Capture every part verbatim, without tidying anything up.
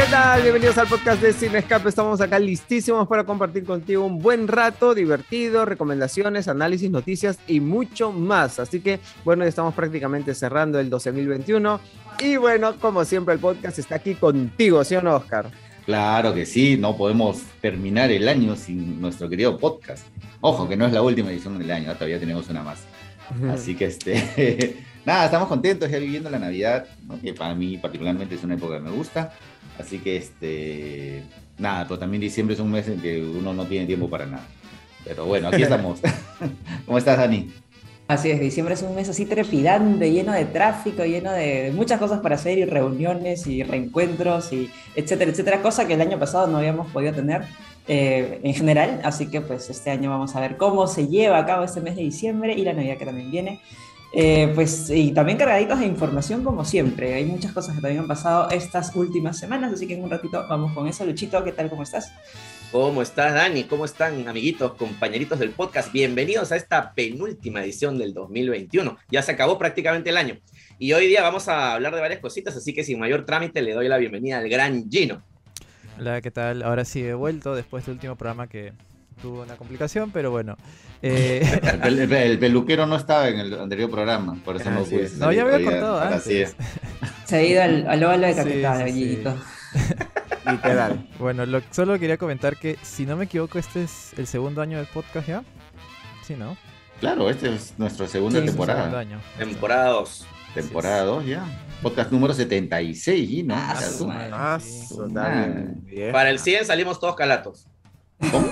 tal? Bienvenidos al podcast de Cine Escape. Estamos acá listísimos para compartir contigo un buen rato, divertido, recomendaciones, análisis, noticias y mucho más. Así que, bueno, ya estamos prácticamente cerrando el doce mil veintiuno. Y bueno, como siempre, el podcast está aquí contigo, ¿sí o no, Oscar? Claro que sí, no podemos terminar el año sin nuestro querido podcast. Ojo, que no es la última edición del año, todavía tenemos una más. Así que, este, nada, estamos contentos ya viviendo la Navidad, ¿no? Que para mí particularmente es una época que me gusta. Así que, este, nada, pero también diciembre es un mes en que uno no tiene tiempo para nada. Pero bueno, aquí estamos. ¿Cómo estás, Dani? Así es, diciembre es un mes así trepidante, lleno de tráfico, lleno de muchas cosas para hacer y reuniones y reencuentros y etcétera, etcétera, cosa que el año pasado no habíamos podido tener eh, en general, así que pues este año vamos a ver cómo se lleva a cabo este mes de diciembre y la Navidad que también viene. Eh, pues y también cargaditos de información como siempre, hay muchas cosas que también han pasado estas últimas semanas, así que en un ratito vamos con eso. Luchito, ¿qué tal? ¿Cómo estás? ¿Cómo estás, Dani? ¿Cómo están, amiguitos, compañeritos del podcast? Bienvenidos a esta penúltima edición del dos mil veintiuno. Ya se acabó prácticamente el año. Y hoy día vamos a hablar de varias cositas, así que sin mayor trámite le doy la bienvenida al gran Gino. Hola, ¿qué tal? Ahora sí he vuelto después del último programa que tuvo una complicación, pero bueno. Eh... El, el, el peluquero no estaba en el anterior programa, por eso ah, no pude. No, ya había cortado antes. Así es. Se ha ido al, al óvalo de Caquetá, sí, sí, sí. Literal. Bueno, lo, solo quería comentar que, si no me equivoco, este es el segundo año del podcast ya. Sí, ¿no? Claro, este es nuestra segunda sí, temporada. Segundo año. Temporada dos. Temporada dos ya. Podcast número setenta y seis, ¿no? Ah, su madre. Ah, Sí. totalmente. Para el cien salimos todos calatos. ¿Cómo?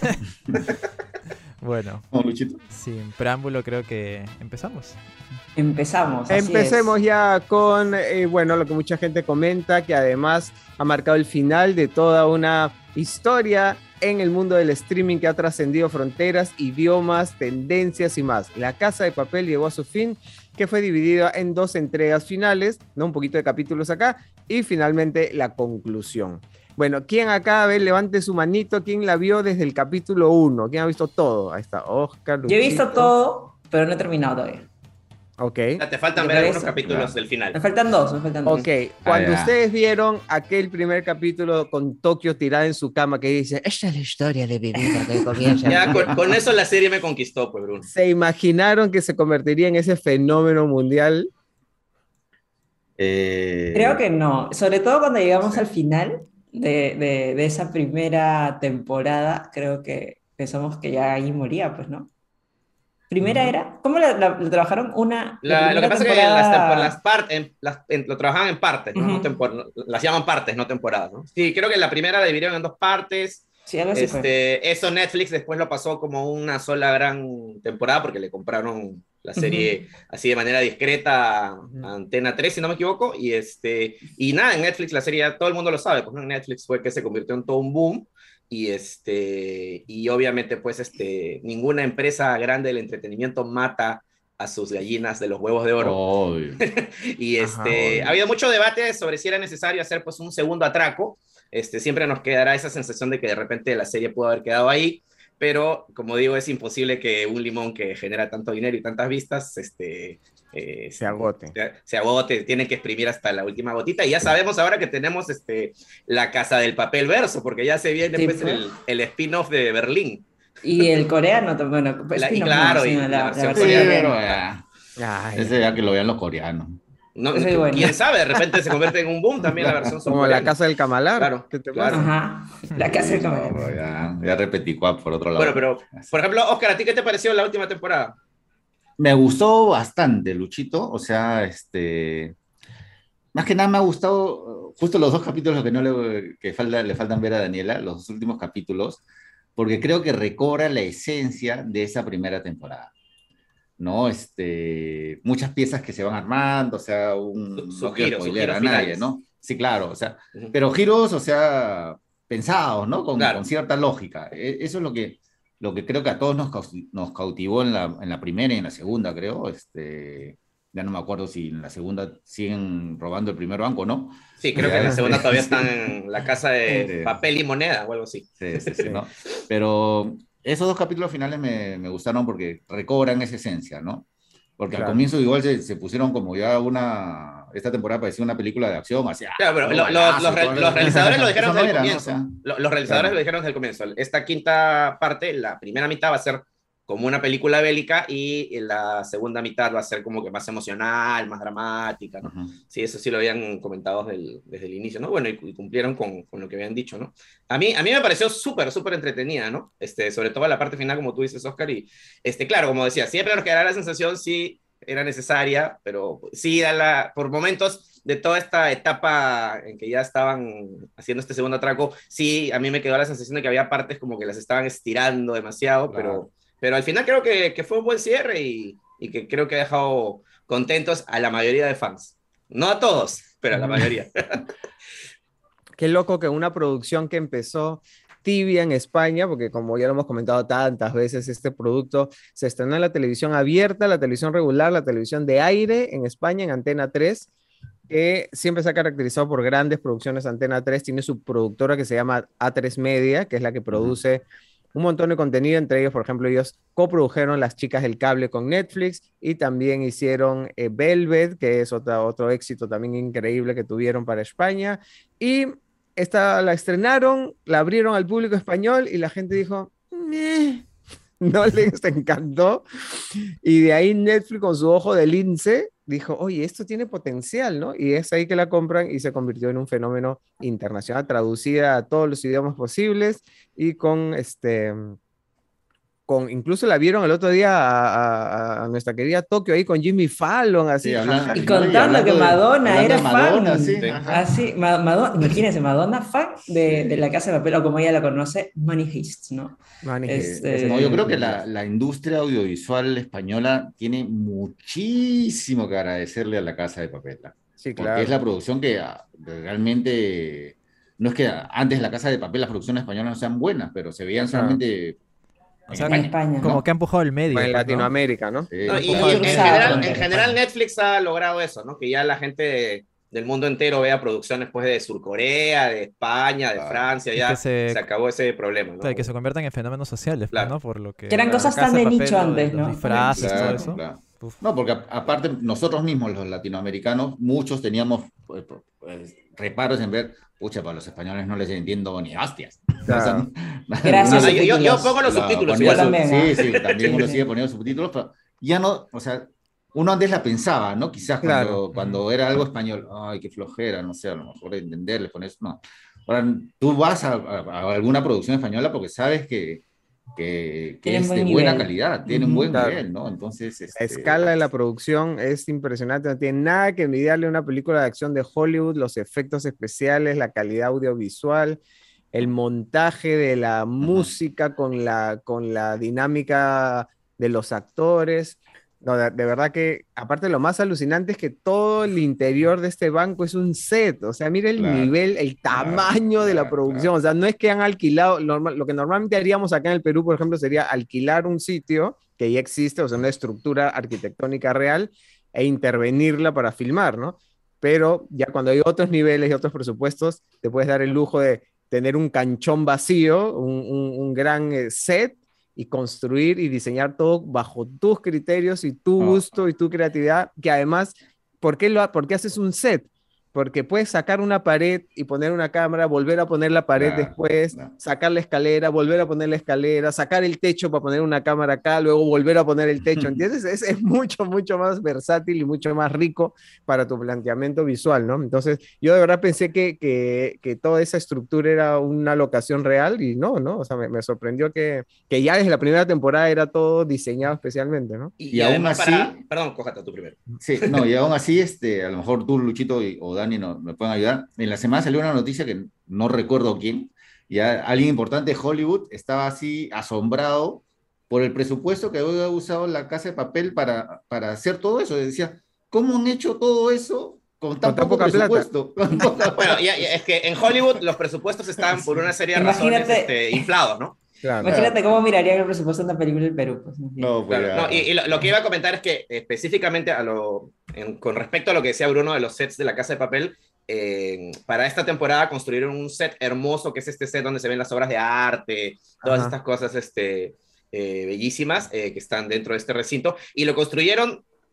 Bueno, ¿Cómo, Luchito? sin preámbulo creo que empezamos. Empezamos. Así Empecemos es. ya con, eh, bueno, lo que mucha gente comenta, que además ha marcado el final de toda una historia en el mundo del streaming que ha trascendido fronteras, idiomas, tendencias y más. La Casa de Papel llegó a su fin, que fue dividida en dos entregas finales, ¿no? Un poquito de capítulos acá, y finalmente la conclusión. Bueno, ¿quién acá, a ver, levante su manito? ¿Quién la vio desde el capítulo uno? ¿Quién ha visto todo? Ahí está, Oscar, Luchito. Yo he visto todo, pero no he terminado todavía. Ok. Te faltan ¿Te ver algunos parece? capítulos Claro. del final. Me faltan dos, me faltan dos. Ok, cuando Ah, ya. ustedes vieron aquel primer capítulo con Tokio tirada en su cama que dice, esta es la historia de mi vida que comienza. Ya con, con eso la serie me conquistó, pues, Bruno. ¿Se imaginaron que se convertiría en ese fenómeno mundial? Eh, Creo que no, sobre todo cuando llegamos sí. al final de, de, de esa primera temporada, creo que pensamos que ya ahí moría, pues, ¿no? Primera Ujú. era, ¿cómo la, la- la trabajaron? Una, la La, lo que primera pasa es que en las, temporada... tempor- las par- en, las- en- lo trabajaban en partes, ¿no? No Ujú. tempor- las llaman partes, no temporadas, ¿no? Sí, creo que la primera la dividieron en dos partes. Sí, algo así fue. Este, eso Netflix después lo pasó como una sola gran temporada porque le compraron la serie uh-huh. así de manera discreta a uh-huh. Antena tres, si no me equivoco, y, este, y nada, en Netflix la serie, todo el mundo lo sabe, pues ¿no? En Netflix fue que se convirtió en todo un boom, y, este, y obviamente pues este, ninguna empresa grande del entretenimiento mata a sus gallinas de los huevos de oro. Oh, y este, Ajá, ha habido mucho debate sobre si era necesario hacer pues un segundo atraco. Este, siempre nos quedará esa sensación de que de repente la serie pudo haber quedado ahí, pero como digo, es imposible que un limón que genera tanto dinero y tantas vistas este, eh, se agote. Se, se agote, tienen que exprimir hasta la última gotita, y ya sabemos ahora que tenemos este, la Casa del Papel verso, porque ya se viene sí, pues, pues. El, el spin-off de Berlín. Y el coreano, bueno, la, y claro, no, y la, la versión sí, coreana. Pero, ya. Ay, ese ya que lo vean los coreanos. No, que, bueno. Quién sabe, de repente se convierte en un boom también la versión como coreana. La Casa del Camalar. Claro, ¿qué te claro. Ajá. La Casa del Camalar. No, ya, ya repetí cuál por otro lado. Bueno, pero, por ejemplo, Oscar, ¿a ti qué te pareció la última temporada? Me gustó bastante, Luchito. O sea, este... Más que nada me ha gustado justo los dos capítulos que, no le, que falta, le faltan ver a Daniela, los dos últimos capítulos, porque creo que recobra la esencia de esa primera temporada. ¿No? Este, muchas piezas que se van armando, o sea, un, su, no quiero spoiler a nadie, finales. ¿no? Sí, claro, o sea, uh-huh. pero giros, o sea, pensados, ¿no? Con, claro. con cierta lógica. Eso es lo que, lo que creo que a todos nos, nos cautivó en la, en la primera y en la segunda, creo. Este, ya no me acuerdo si en la segunda siguen robando el primer banco, ¿no? Sí, creo que en la segunda todavía están en la casa de papel y moneda o algo así. Sí, sí, sí, ¿no? Pero esos dos capítulos finales me, me gustaron porque recobran esa esencia, ¿no? Porque claro. al comienzo igual se, se pusieron como ya una esta temporada parecía una película de acción, así, Claro, pero todo lo- balazo, los, re- todo- los realizadores lo dijeron Eso no desde el era, ¿no? comienzo. O sea, Lo- Los realizadores claro. lo dijeron desde el comienzo. Esta quinta parte, la primera mitad va a ser como una película bélica y la segunda mitad va a ser como que más emocional, más dramática, ¿no? Ujú. Sí, eso sí lo habían comentado desde el, desde el inicio, ¿no? Bueno, y, y cumplieron con, con lo que habían dicho, ¿no? A mí, a mí me pareció súper, súper entretenida, ¿no? Este, sobre todo la parte final, como tú dices, Oscar, y este, claro, como decía, siempre nos quedará la sensación, sí, era necesaria, pero sí, a la, por momentos de toda esta etapa en que ya estaban haciendo este segundo atraco, sí, a mí me quedó la sensación de que había partes como que las estaban estirando demasiado, Claro. pero, pero al final creo que, que fue un buen cierre y, y que creo que ha dejado contentos a la mayoría de fans. No a todos, pero a la mayoría. Qué loco que una producción que empezó tibia en España, porque como ya lo hemos comentado tantas veces, este producto se estrenó en la televisión abierta, la televisión regular, la televisión de aire en España, en Antena tres, que siempre se ha caracterizado por grandes producciones. Antena tres tiene su productora que se llama A tres Media, que es la que produce un montón de contenido, entre ellos, por ejemplo, ellos coprodujeron Las Chicas del Cable con Netflix y también hicieron eh, Velvet, que es otra, otro éxito también increíble que tuvieron para España. Y esta la estrenaron, la abrieron al público español y la gente dijo, "Meh", no les encantó. Y de ahí Netflix con su ojo de lince dijo, oye, esto tiene potencial, ¿no? Y es ahí que la compran y se convirtió en un fenómeno internacional, traducida a todos los idiomas posibles y con este... Con, incluso la vieron el otro día a, a, a nuestra querida Tokio ahí con Jimmy Fallon, así. Sí, hablando, Y no, contando hablando que de- Madonna hablando era de Madonna, fan. sí, Sí. ajá. Así, Ma- Madonna, imagínense, Madonna fan de, Sí. de La Casa de Papel, o como ella la conoce, Money Heist, ¿no? Manny Es- Heist, Este- ese No, yo creo es- que la, la industria audiovisual española tiene muchísimo que agradecerle a La Casa de Papel, ¿ah? Sí, Porque claro. es la producción que ah, realmente, no es que antes de La Casa de Papel las producciones españolas no sean buenas, pero se veían Claro. solamente O en sea, En España, España. Como ¿no? que ha empujado el medio. En pues, ¿no? Latinoamérica, ¿no? Sí. No, y, Un poco y en, cruzado general, con en el general España. Netflix ha logrado eso, ¿no? Que ya la gente del mundo entero vea producciones pues, de Surcorea, de España, de Claro. Francia, Y ya que se- se acabó ese problema, ¿no? Claro, que se conviertan en fenómenos sociales, pues, Claro. ¿no? Por lo que... Que eran La cosas Casa tan de Papel, nicho lo de antes, los ¿no? disfraces, todo Claro, eso. claro. Uf. No, porque a- aparte nosotros mismos, los latinoamericanos, muchos teníamos pues, pues, reparos en ver, pucha, para los españoles no les entiendo ni hostias. Claro. Gracias, Ah, uno- yo, yo- yo subtítulos. pongo los La- subtítulos ponía igual. Yo su- también, sí, ¿ah? sí, también Sí, uno sí. sigue poniendo subtítulos, pero ya no, o sea, uno antes la pensaba, ¿no? Quizás cuando, Claro. cuando era algo español, ay, qué flojera, no sé, a lo mejor entenderle, pones, no. Ahora, tú vas a, a- a alguna producción española porque sabes que, que, que Tienen es de buen buena nivel. calidad, tiene un Ujú. buen Claro. nivel, ¿no? Entonces, La este, escala de la producción es impresionante, no tiene nada que envidiarle a una película de acción de Hollywood, los efectos especiales, la calidad audiovisual, el montaje de la música con la, con la dinámica de los actores. No, de, de verdad que, aparte lo más alucinante es que todo el interior de este banco es un set, o sea, mira el Claro, nivel, el claro, tamaño de la claro, producción, o sea, no es que han alquilado, normal, lo que normalmente haríamos acá en el Perú, por ejemplo, sería alquilar un sitio que ya existe, o sea, una estructura arquitectónica real, e intervenirla para filmar, ¿no? Pero ya cuando hay otros niveles y otros presupuestos, te puedes dar el lujo de tener un canchón vacío, un, un, un gran eh, set, y construir y diseñar todo bajo tus criterios y tu Ah. gusto y tu creatividad, que además, ¿por qué, lo, ¿por qué haces un set? Porque puedes sacar una pared y poner una cámara, volver a poner la pared Claro, después, claro. sacar la escalera, volver a poner la escalera, sacar el techo para poner una cámara acá, luego volver a poner el techo, ¿entiendes? Es, es mucho, mucho más versátil y mucho más rico para tu planteamiento visual, ¿no? Entonces, yo de verdad pensé que, que, que toda esa estructura era una locación real y no, ¿no? O sea, me, me sorprendió que, que ya desde la primera temporada era todo diseñado especialmente, ¿no? Y, Y y aún además así- para... Perdón, cójate tú primero. Sí, no, y aún así, este, a lo mejor tú, Luchito y- o Dani no, me pueden ayudar. En la semana salió una noticia que no recuerdo quién, ya alguien importante de Hollywood estaba así asombrado por el presupuesto que había usado La Casa de Papel para, para hacer todo eso. Decía, ¿cómo han hecho todo eso con tan, Con tan poco poca plata? presupuesto? Con poca- Bueno, ya- ya, es que en Hollywood los presupuestos están por una serie de Imagínate- razones este, inflados, ¿no? Claro. Imagínate cómo mirarían el presupuesto de una película en Perú. Pues. No, pues Claro, ya. no, y, y lo, lo que iba a comentar es que específicamente a lo, en- con respecto a lo que decía Bruno de los sets de La Casa de Papel, eh, para esta temporada construyeron un set hermoso, que es este set donde se ven las obras de arte, todas Ajá. estas cosas este, eh, bellísimas eh, que están dentro de este recinto, y lo construyeron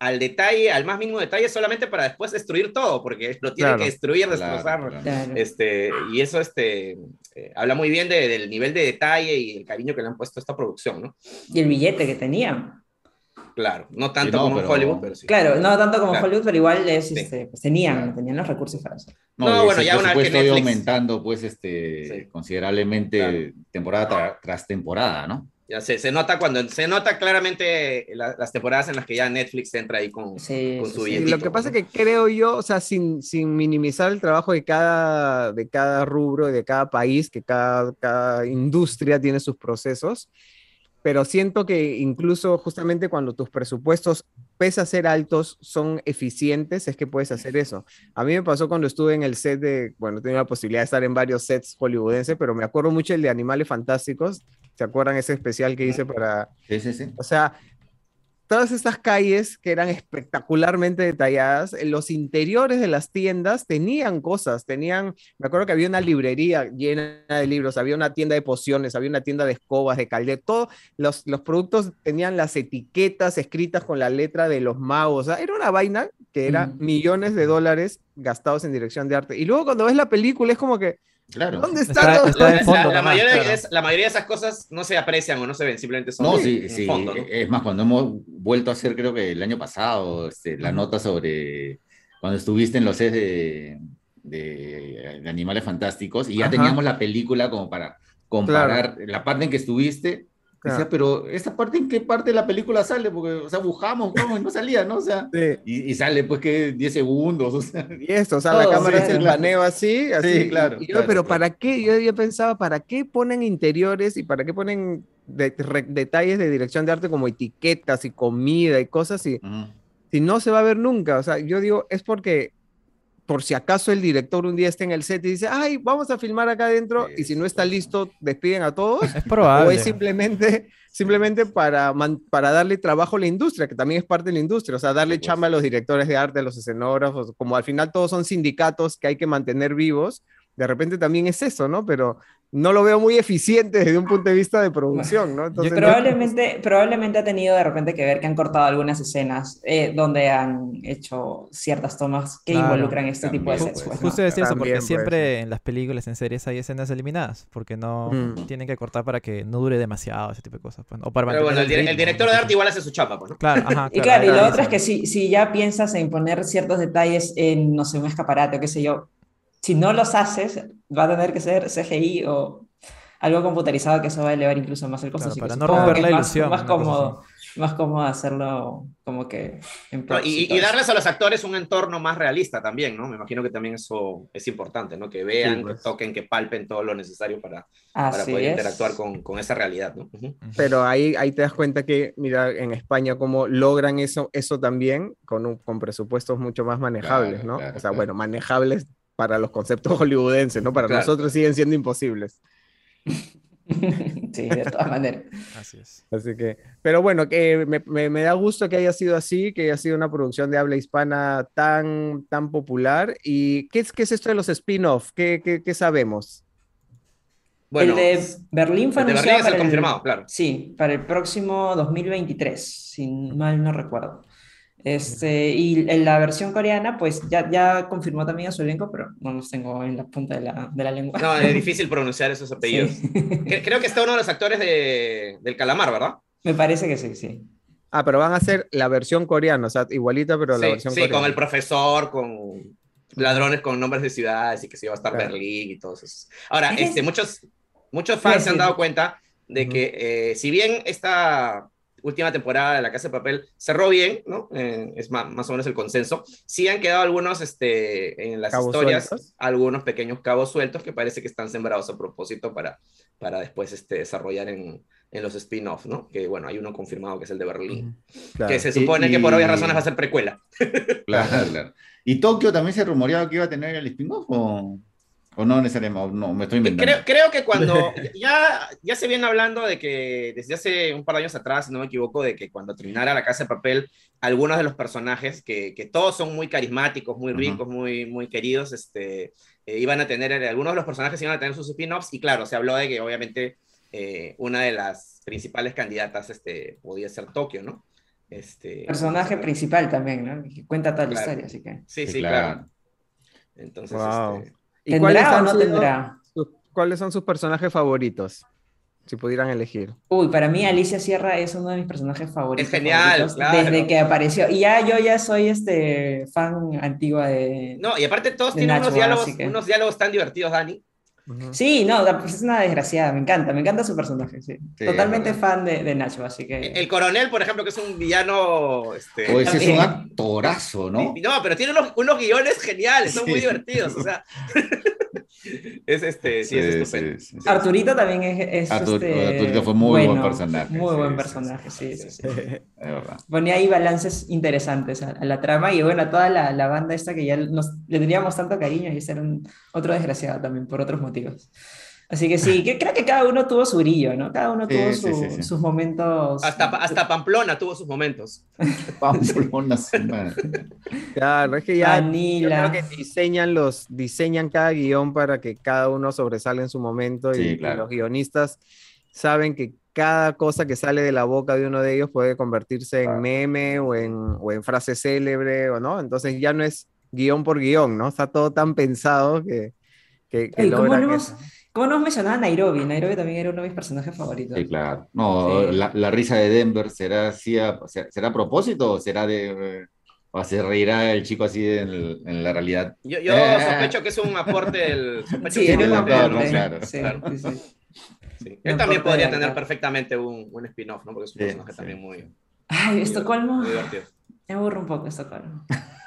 al detalle, al más mínimo detalle, solamente para después destruir todo, porque lo tiene Claro. que destruir, Claro, destrozar. claro. Claro. Este, y eso este, eh, habla muy bien de, del nivel de detalle y el cariño que le han puesto a esta producción, ¿no? Y el billete que tenían. Claro, no tanto Sí, no, como pero- en Hollywood, pero sí. Claro, no tanto como Claro. Hollywood, pero igual es, Sí. este, pues tenían, Claro. tenían los recursos para eso. No, No, y bueno, ese ya una vez que presupuesto ha ido Netflix- aumentando, pues, este, Sí. considerablemente Claro. temporada tra- tras temporada, ¿no? Ya se, se nota cuando se nota claramente la- las temporadas en las que ya Netflix entra ahí con, Sí, con sí, su sí. Y billetito. lo que pasa ¿no? es que creo yo, o sea, sin, sin minimizar el trabajo de cada, de cada rubro, de cada país, que cada, cada industria tiene sus procesos, pero siento que incluso justamente cuando tus presupuestos, pese a ser altos, son eficientes, es que puedes hacer eso. A mí me pasó cuando estuve en el set de, bueno, tenía la posibilidad de estar en varios sets hollywoodenses, pero me acuerdo mucho el de Animales Fantásticos. ¿Se acuerdan ese especial que hice para, Sí, sí, sí. o sea, todas estas calles que eran espectacularmente detalladas, en los interiores de las tiendas tenían cosas, tenían, me acuerdo que había una librería llena de libros, había una tienda de pociones, había una tienda de escobas, de calde, todos los, los productos tenían las etiquetas escritas con la letra de los magos, o sea, era una vaina que era Mm. millones de dólares gastados en dirección de arte. Y luego cuando ves la película es como que, Claro. ¿dónde está, Está- todo? está de La- fondo la, la nomás, mayoría, claro. es- la mayoría de esas cosas no se aprecian o no se ven, simplemente son No, de- sí, en sí. fondo, ¿no? Es más, cuando hemos vuelto a hacer, creo que el año pasado, este, la nota sobre cuando estuviste en los sets de, de, de Animales Fantásticos y ya Ajá. teníamos la película como para comparar la parte en que estuviste. Claro. Decía, pero ¿esta parte en qué parte de la película sale? Porque, o sea, buscamos, buscamos y no salía, ¿no? O sea, Sí. y, y sale pues que diez segundos, o sea. Y esto, o sea, la Todo, cámara sí, hace el claro. paneo así, así. Sí, claro, Y yo, claro, pero claro. ¿para qué? Yo, yo pensaba, ¿para qué ponen interiores y para qué ponen de- re- detalles de dirección de arte como etiquetas y comida y cosas y Ujú. si no se va a ver nunca? O sea, yo digo, es porque por si acaso el director un día está en el set y dice, ay, vamos a filmar acá adentro, y si no está listo, despiden a todos, Es o probable. es simplemente, simplemente para, man- para darle trabajo a la industria, que también es parte de la industria, o sea, darle Sí, pues. chamba a los directores de arte, a los escenógrafos, como al final todos son sindicatos que hay que mantener vivos, de repente también es eso, ¿no? Pero no lo veo muy eficiente desde un punto de vista de producción, ¿no? Entonces, no- Probablemente, probablemente ha tenido de repente que ver que han cortado algunas escenas eh, donde han hecho ciertas tomas que Claro. involucran este tipo de También, sets. pues. Pues, ¿no? Justo decir eso, También porque puede siempre en las películas, en series, hay escenas eliminadas, porque no Mm. tienen que cortar para que no dure demasiado ese tipo de cosas. Pues, o para Pero bueno, mantener el, dire- el ritmo, director ¿no? de arte igual hace su chapa, pues, ¿no? Claro, ajá, Y claro, y lo claro, otro es que sí. si, si ya piensas en poner ciertos detalles en, no sé, un escaparate o qué sé yo, si no los haces, va a tener que ser C G I o algo computarizado, que eso va a elevar incluso más el costo. Claro, así que para no supongo romper que la es más, ilusión, más una cosa cómodo, más cómodo hacerlo como que en No, props y, todo y eso. darles a los actores un entorno más realista también, ¿no? Me imagino que también eso es importante, ¿no? Que vean, Sí, pues. que toquen, que palpen todo lo necesario para, para Así poder es. interactuar con, con esa realidad, ¿no? Ujú. Ujú. Pero ahí, ahí te das cuenta que, mira, en España cómo logran eso, eso también con, un- con presupuestos mucho más manejables, Claro, ¿no? claro, O sea, claro. bueno, manejables para los conceptos hollywoodenses, ¿no? Para Claro. nosotros siguen siendo imposibles. Sí, de todas maneras. Así es. Así que, pero bueno, que me, me- me da gusto que haya sido así, que haya sido una producción de habla hispana tan, tan popular. ¿Y qué es, qué es esto de los spin-off? ¿Qué, qué, qué sabemos? Bueno, el de Berlín fue el de anunciado Berlín es el para el, confirmado, claro. Sí, para el próximo dos mil veintitrés, si mal no recuerdo. Este, y en la versión coreana, pues ya, ya confirmó también a su elenco, pero no los tengo en la punta de la, de la lengua. No, es difícil pronunciar esos apellidos. Sí. Cre- Creo que está uno de los actores de, del Calamar, ¿verdad? Me parece que sí, sí. Ah, pero van a hacer la versión coreana, o sea, igualita, pero la Sí, versión sí, coreana. con el profesor, con ladrones con nombres de ciudades y que se iba a estar Claro. Berlín y todos esos. Ahora, ¿Eres? este, muchos, muchos fans se han Sí. dado cuenta de Ujú. que eh, si bien esta última temporada de La Casa de Papel cerró bien, ¿no? Eh, es más, más o menos el consenso, sí han quedado algunos este, en las Cabos historias, sueltos. algunos pequeños cabos sueltos que parece que están sembrados a propósito para, para después este, desarrollar en, en los spin-off, ¿no? Que bueno, hay uno confirmado que es el de Berlín. Claro. Que se supone Y- que por obvias y- razones va a ser precuela. Claro, claro. ¿Y Tokio también se rumoreaba que iba a tener el spin-off o, o no necesariamente? O no, me estoy inventando. Creo, creo que cuando ya, ya se viene hablando de que desde hace un par de años atrás, si no me equivoco, de que cuando terminara La Casa de Papel, algunos de los personajes, que, que todos son muy carismáticos, muy Ujú. ricos, muy, muy queridos, este, eh, iban a tener, algunos de los personajes iban a tener sus spin-offs, y claro, se habló de que obviamente eh, una de las principales candidatas este, podía ser Tokio, ¿no? Este, Personaje principal también, ¿no? Que cuenta toda la claro. historia, así que. Sí, Sí, sí, claro. claro. Entonces, Wow. este, ¿Y cuáles ¿Tendrá o han no sido tendrá? sus- cuáles son sus personajes favoritos? Si pudieran elegir. Uy, para mí Alicia Sierra es uno de mis personajes es favoritos, genial, favoritos, desde claro. que apareció. Y ya yo ya soy este fan antigua de, No, y aparte todos de tienen unos Nachua, así diálogos, que. unos diálogos tan divertidos, Dani. Ujú. Sí, no, pues es una desgraciada, me encanta, me encanta su personaje, sí. Sí, es Totalmente verdad. fan de, de Nacho, así El que. coronel, por ejemplo, que es un villano, este, O ese es un También. actorazo, ¿no? no, pero tiene unos, unos guiones geniales, son muy Sí. divertidos, o sea, es este, sí, es Sí, estupendo. sí, sí. Sí, Arturito también es, es, Artur- este, Arturito fue muy buen bueno, personaje, muy sí, buen sí, personaje, sí, sí, sí. Es verdad. Ponía ahí balances interesantes a, a la trama y bueno, a toda la, la banda esta que ya nos, le teníamos tanto cariño y ese era un, otro desgraciado también por otros motivos. Así que sí, que creo que cada uno tuvo su brillo, ¿no? Cada uno tuvo Sí, sí, sí, su- sí. sus momentos. Hasta, hasta Pamplona tuvo sus momentos. Pamplona, su madre. Claro, es que ya yo creo Vanilla. que diseñan los, diseñan cada guión para que cada uno sobresalga en su momento y, Sí, y claro. los guionistas saben que cada cosa que sale de la boca de uno de ellos puede convertirse en meme o en, o en frase célebre o no, entonces ya no es guión por guión, ¿no? Está todo tan pensado que, que, que Ay, ¿cómo no logran hemos, eso. cómo no hemos mencionado a Nairobi? Nairobi también era uno de mis personajes Sí, favoritos. claro. No, Sí. la, la risa de Denver, ¿será así a, será, será a propósito o será de... eh, o se reirá el chico así en, el- en la realidad? Yo, yo Eh, sospecho que es un aporte del, sospecho Sí, que es un era un del aporte de él, actor, ¿no? ¿no? aporte. Claro. Sí, Claro. sí, sí. Sí. Un Él también aporte podría de tener actor. perfectamente un, un spin-off, ¿no? Porque es un Sí, personaje sí. también muy, Ay, muy, Estocolmo. muy divertido. Me aburro un poco Estocolmo.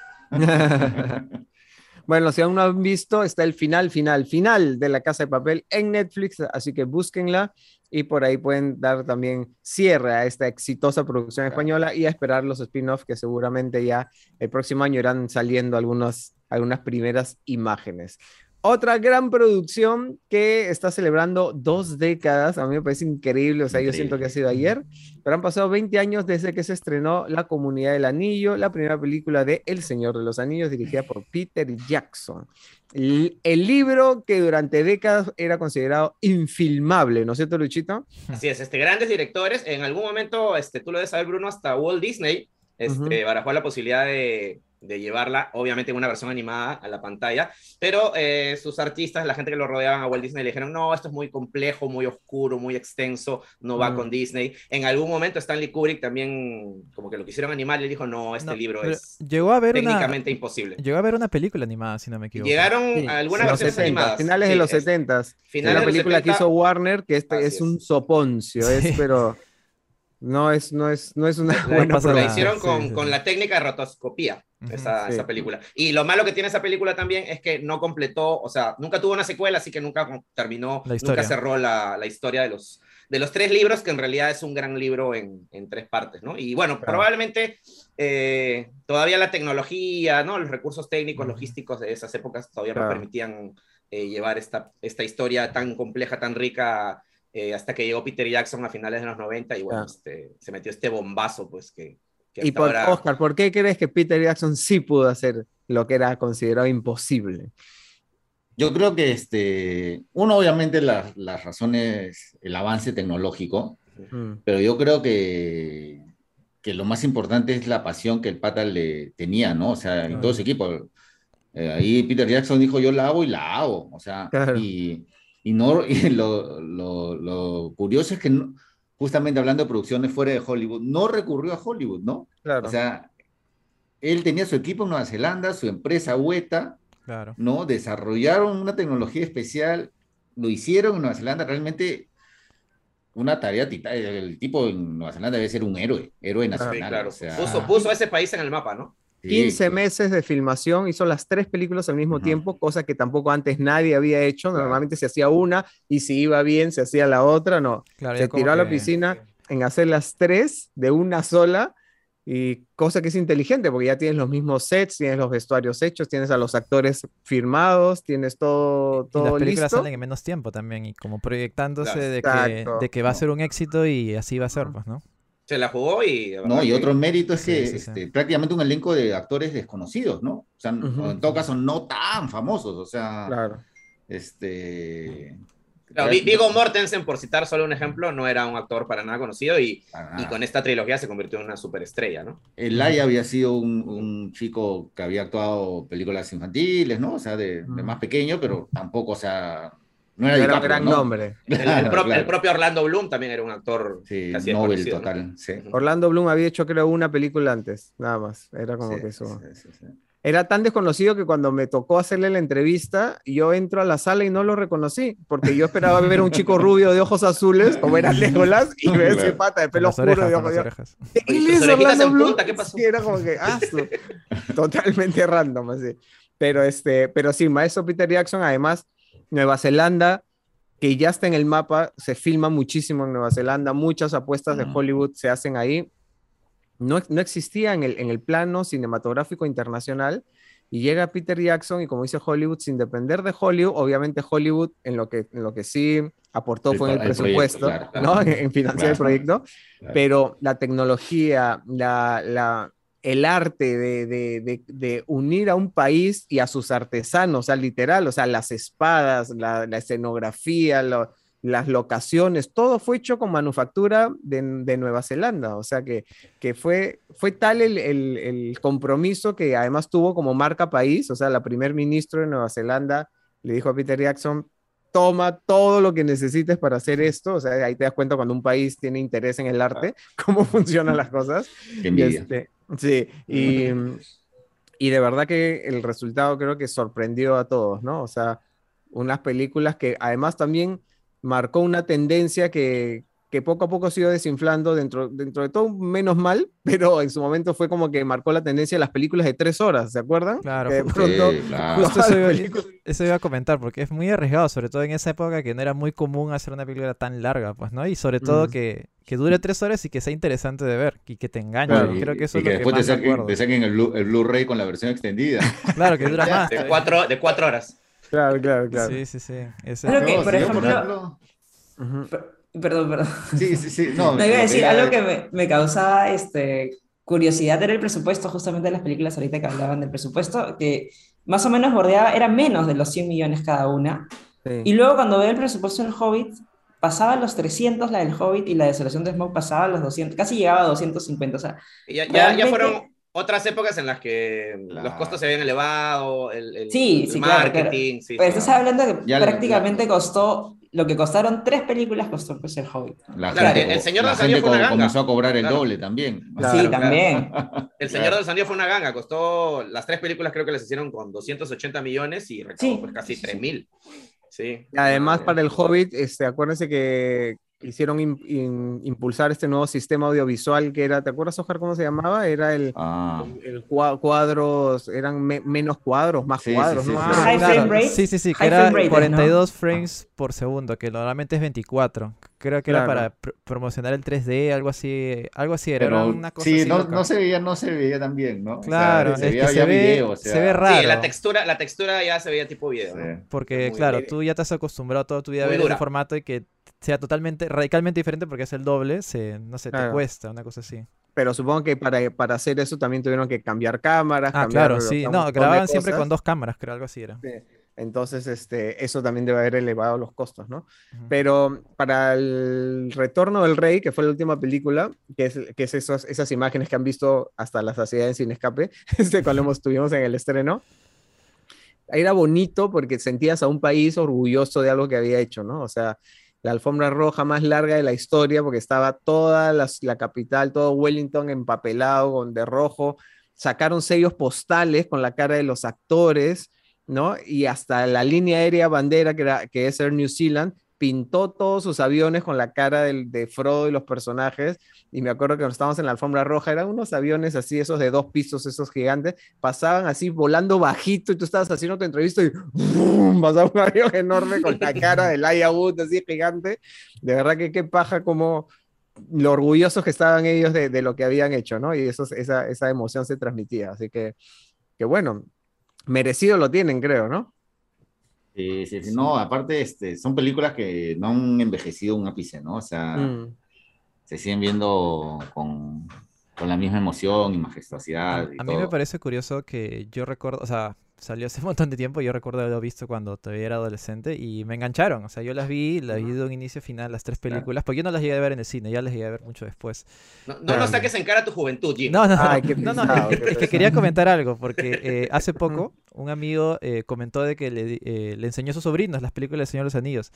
Bueno, si aún no han visto, está el final, final, final de La Casa de Papel en Netflix, así que búsquenla y por ahí pueden dar también cierre a esta exitosa producción Claro. española y a esperar los spin-offs que seguramente ya el próximo año irán saliendo algunos, algunas primeras imágenes. Otra gran producción que está celebrando dos décadas, a mí me parece increíble, o sea, yo siento que ha sido ayer, pero han pasado veinte años desde que se estrenó La Comunidad del Anillo, la primera película de El Señor de los Anillos, dirigida por Peter Jackson. El, el libro que durante décadas era considerado infilmable, ¿no es cierto, Luchito? Así es, este, grandes directores, en algún momento, este, tú lo debes saber, Bruno, hasta Walt Disney este, Ujú. barajó la posibilidad de, de llevarla, obviamente en una versión animada a la pantalla, pero eh, sus artistas, la gente que lo rodeaban a Walt Disney le dijeron, no, esto es muy complejo, muy oscuro, muy extenso, no va Mm. con Disney. En algún momento Stanley Kubrick también como que lo quisieron animar y le dijo, no, este No, libro pero es llegó a ver una, técnicamente imposible. llegó a ver una película animada, si no me equivoco. Llegaron Sí, a algunas en los versiones setenta, animadas. finales de Sí, los es- setenta. finales Una de los película que setenta. hizo Warner, que este Así es es. un soponcio, es, Sí. pero no es, no es, no es una La- buena pasa La nada. producción. hicieron con, Sí, sí, con sí. la técnica de rotoscopía, Ujú, esa, sí. esa película. Y lo malo que tiene esa película también es que no completó, o sea, nunca tuvo una secuela, así que nunca terminó, La historia. nunca cerró la, la historia de los, de los tres libros, que en realidad es un gran libro en, en tres partes, ¿no? Y bueno, Claro. probablemente eh, todavía la tecnología, ¿no? Los recursos técnicos, Ujú. logísticos de esas épocas todavía no Claro. permitían eh, llevar esta, esta historia tan compleja, tan rica, eh, hasta que llegó Peter Jackson a finales de los noventa y bueno, Claro. este, se metió este bombazo, pues que, que Y hasta por ahora... Oscar, ¿por qué crees que Peter Jackson sí pudo hacer lo que era considerado imposible? Yo creo que este, uno obviamente las, las razones, el avance tecnológico, Mm. pero yo creo que, que lo más importante es la pasión que el pata le tenía, ¿no? O sea, en todo su equipo. Eh, ahí Peter Jackson dijo, yo la hago y la hago. O sea, Claro. y, y, no, y lo, lo, lo curioso es que no- justamente hablando de producciones fuera de Hollywood, no recurrió a Hollywood, ¿no? Claro. O sea, él tenía su equipo en Nueva Zelanda, su empresa Weta, Claro. ¿no? Desarrollaron una tecnología especial, lo hicieron en Nueva Zelanda, realmente una tarea titánica. El tipo en Nueva Zelanda debe ser un héroe, héroe Sí, nacional. claro. O sea, Puso, puso a ese país en el mapa, ¿no? sí, quince sí, meses de filmación, hizo las tres películas al mismo Ajá. tiempo, cosa que tampoco antes nadie había hecho. Claro. Normalmente se hacía una y si iba bien se hacía la otra, no. Claro, Se ya como tiró a la que- piscina en hacer las tres de una sola y cosa que es inteligente porque ya tienes los mismos sets, tienes los vestuarios hechos, tienes a los actores firmados, tienes todo, Y las todo películas listo. salen en menos tiempo también y como proyectándose Claro. de, que, Exacto. de que va a ser un éxito y así va a ser, pues, ¿no? Se la jugó y... de No, verdad y que- otro mérito es Sí, que sí, sí. este, prácticamente un elenco de actores desconocidos, ¿no? O sea, Ujú. o en todo caso no tan famosos, o sea, Claro. este, Claro, Vi- Viggo Mortensen, por citar solo un ejemplo, no era un actor para nada conocido y, Para y nada. con esta trilogía se convirtió en una superestrella, ¿no? Elijah había sido un, un chico que había actuado películas infantiles, ¿no? O sea, de, de más pequeño, pero tampoco, o sea, no era Era un DiCaprio, gran ¿no? nombre. El, el Claro, pro- el claro. propio Orlando Bloom también era un actor Sí, casi Nobel desconocido, ¿no? total, sí. Ujú. Orlando Bloom había hecho, creo, una película antes, nada más. Era como Sí, que eso. sí, sí, sí. Era tan desconocido que cuando me tocó hacerle la entrevista, yo entro a la sala y no lo reconocí, porque yo esperaba ver a un chico rubio de ojos azules, como era Legolas, y ver ese Claro. pata de Con pelo las oscuro orejas, de con ojos las de orejas. Oye, ¿Él tus es orejitas Orlando en Bloom? punta, ¿qué pasó? Sí, era como que, ah, su- totalmente random, así. Pero, este, pero sí, maestro Peter Jackson, además, Nueva Zelanda, que ya está en el mapa, se filma muchísimo en Nueva Zelanda, muchas apuestas de Mm. Hollywood se hacen ahí. No, no existía en el, en el plano cinematográfico internacional y llega Peter Jackson y como dice Hollywood, sin depender de Hollywood, obviamente Hollywood en lo que, en lo que sí aportó El, fue en el el proyecto, presupuesto, claro, ¿no? claro. En, en financiar el Claro, proyecto, claro. pero la tecnología, la, la, el arte de, de, de, de unir a un país y a sus artesanos, o sea, literal, o sea, las espadas, la, la escenografía, lo, las locaciones, todo fue hecho con manufactura de, de Nueva Zelanda, o sea que, que fue, fue tal el, el, el, compromiso que además tuvo como marca país, o sea, la primer ministro de Nueva Zelanda le dijo a Peter Jackson, toma todo lo que necesites para hacer esto, o sea, ahí te das cuenta cuando un país tiene interés en el arte, cómo funcionan las cosas. Qué Y envidia. este, sí, y, y de verdad que el resultado creo que sorprendió a todos, ¿no? O sea, unas películas que además también marcó una tendencia que, que poco a poco se iba desinflando dentro, dentro de todo, menos mal, pero en su momento fue como que marcó la tendencia de las películas de tres horas, ¿se acuerdan? Claro, que de ju- pronto, Sí, claro. justo todas eso las iba, películas- eso iba a comentar, porque es muy arriesgado, sobre todo en esa época que no era muy común hacer una película tan larga, pues, ¿no? Y sobre todo Mm. que, que dure tres horas y que sea interesante de ver y que te engañe. Claro. Y, Creo que eso y es que lo que después te más me saquen, acuerdo. te saquen el, Blu- el Blu-ray con la versión extendida. Claro, que dura más. De todavía. cuatro, de cuatro horas. Claro, claro, claro. Sí, sí, sí. Ese- Algo que, No, por si yo, por ejemplo, ejemplo. Ujú. per- perdón, perdón. Sí, sí, sí. No, No, iba a lo que decir era- algo que me, me causaba este, curiosidad era el presupuesto, justamente de las películas ahorita que hablaban del presupuesto, que más o menos bordeaba, era menos de los cien millones cada una. Sí. Y luego cuando veo el presupuesto del Hobbit, pasaba los trescientos la del Hobbit y la Desolación de Smaug pasaba los doscientos, casi llegaba a doscientos cincuenta. O sea, Y ya, ya, ya realmente... fueron otras épocas en las que los Claro. costos se habían elevado, el, el, Sí, el sí, claro, claro. marketing. Sí, Pero sí. estás hablando de que Ya la- prácticamente costó, lo que costaron tres películas costó pues el Hobbit. La Claro, gente, el- el co- Señor la de los Anillos gente fue una co- ganga. comenzó a cobrar el Claro. doble también. Claro, Sí, claro. también. El Señor de los Anillos fue una ganga, costó, las tres películas creo que las hicieron con doscientos ochenta millones y recaudó Sí. pues casi Sí, sí, sí. tres mil. Sí. Y además, Ah, para el Hobbit, este, acuérdense que hicieron im- im- impulsar este nuevo sistema audiovisual que era, ¿te acuerdas, Oscar, cómo se llamaba? Era el, Ah, el cua- cuadros, eran me- menos cuadros, más Sí, sí, cuadros, sí, ¿no? sí, Ah, sí. High Claro, frame rate. sí, sí, sí, que High era frame rate, cuarenta y dos ¿no? frames por segundo, que normalmente es veinticuatro. Creo que era Claro. para pr- promocionar el tres D, algo así, algo así era, era pero una cosa sí, así no, loca. no se veía, no se veía tan bien, ¿no? O sea, Claro, se es veía que ya se ve, video, o se sea, ve raro. Sí, la textura, la textura ya se veía tipo video, sí. ¿no? Porque, Muy claro, leve. tú ya te has acostumbrado toda tu vida a Muy ver dura. ese formato y que sea totalmente, radicalmente diferente porque es el doble, se, no sé, te Claro. cuesta, una cosa así. Pero supongo que para, para hacer eso también tuvieron que cambiar cámaras, Ah, cambiar claro, o sí. sea, un No, montón de grababan siempre cosas. con dos cámaras, creo, algo así era. Sí. Entonces, este, eso también debe haber elevado los costos, ¿no? Ujú. Pero para el Retorno del Rey, que fue la última película, que es, que es esos, esas imágenes que han visto hasta la saciedad en Sin Escape, este, cuando hemos- estuvimos en el estreno, era bonito porque sentías a un país orgulloso de algo que había hecho, ¿no? O sea, la alfombra roja más larga de la historia, porque estaba toda las- la capital, todo Wellington empapelado con de rojo, sacaron sellos postales con la cara de los actores, ¿no? Y hasta la línea aérea bandera, que, era, que es Air New Zealand, pintó todos sus aviones con la cara del, de Frodo y los personajes, y me acuerdo que cuando estábamos en la alfombra roja, eran unos aviones así, esos de dos pisos, esos gigantes, pasaban así volando bajito y tú estabas haciendo tu entrevista y ¡bum! Pasaba un avión enorme con la cara del Elijah Wood así gigante. De verdad que qué paja como lo orgullosos que estaban ellos de, de lo que habían hecho, ¿no? Y eso, esa, esa emoción se transmitía. Así que, que bueno, merecido lo tienen, creo, ¿no? Sí, sí, sí. No, aparte, este, son películas que no han envejecido un ápice, ¿no? O sea, Mm. se siguen viendo con, con la misma emoción y A, majestuosidad y a mí me todo. parece curioso que yo recuerdo, o sea, salió hace un montón de tiempo. Yo recuerdo haberlo visto cuando todavía era adolescente y me engancharon. O sea, yo las vi, las vi de un inicio a final, las tres películas, porque yo no las llegué a ver en el cine, ya las llegué a ver mucho después. No, no nos saques en cara tu juventud, Jim. No, no, Ay, qué no, no, pesado, es, qué que- es que pesado. quería comentar algo, porque eh, hace poco un amigo eh, comentó de que le, di- eh, le enseñó a sus sobrinos las películas del Señor de los Anillos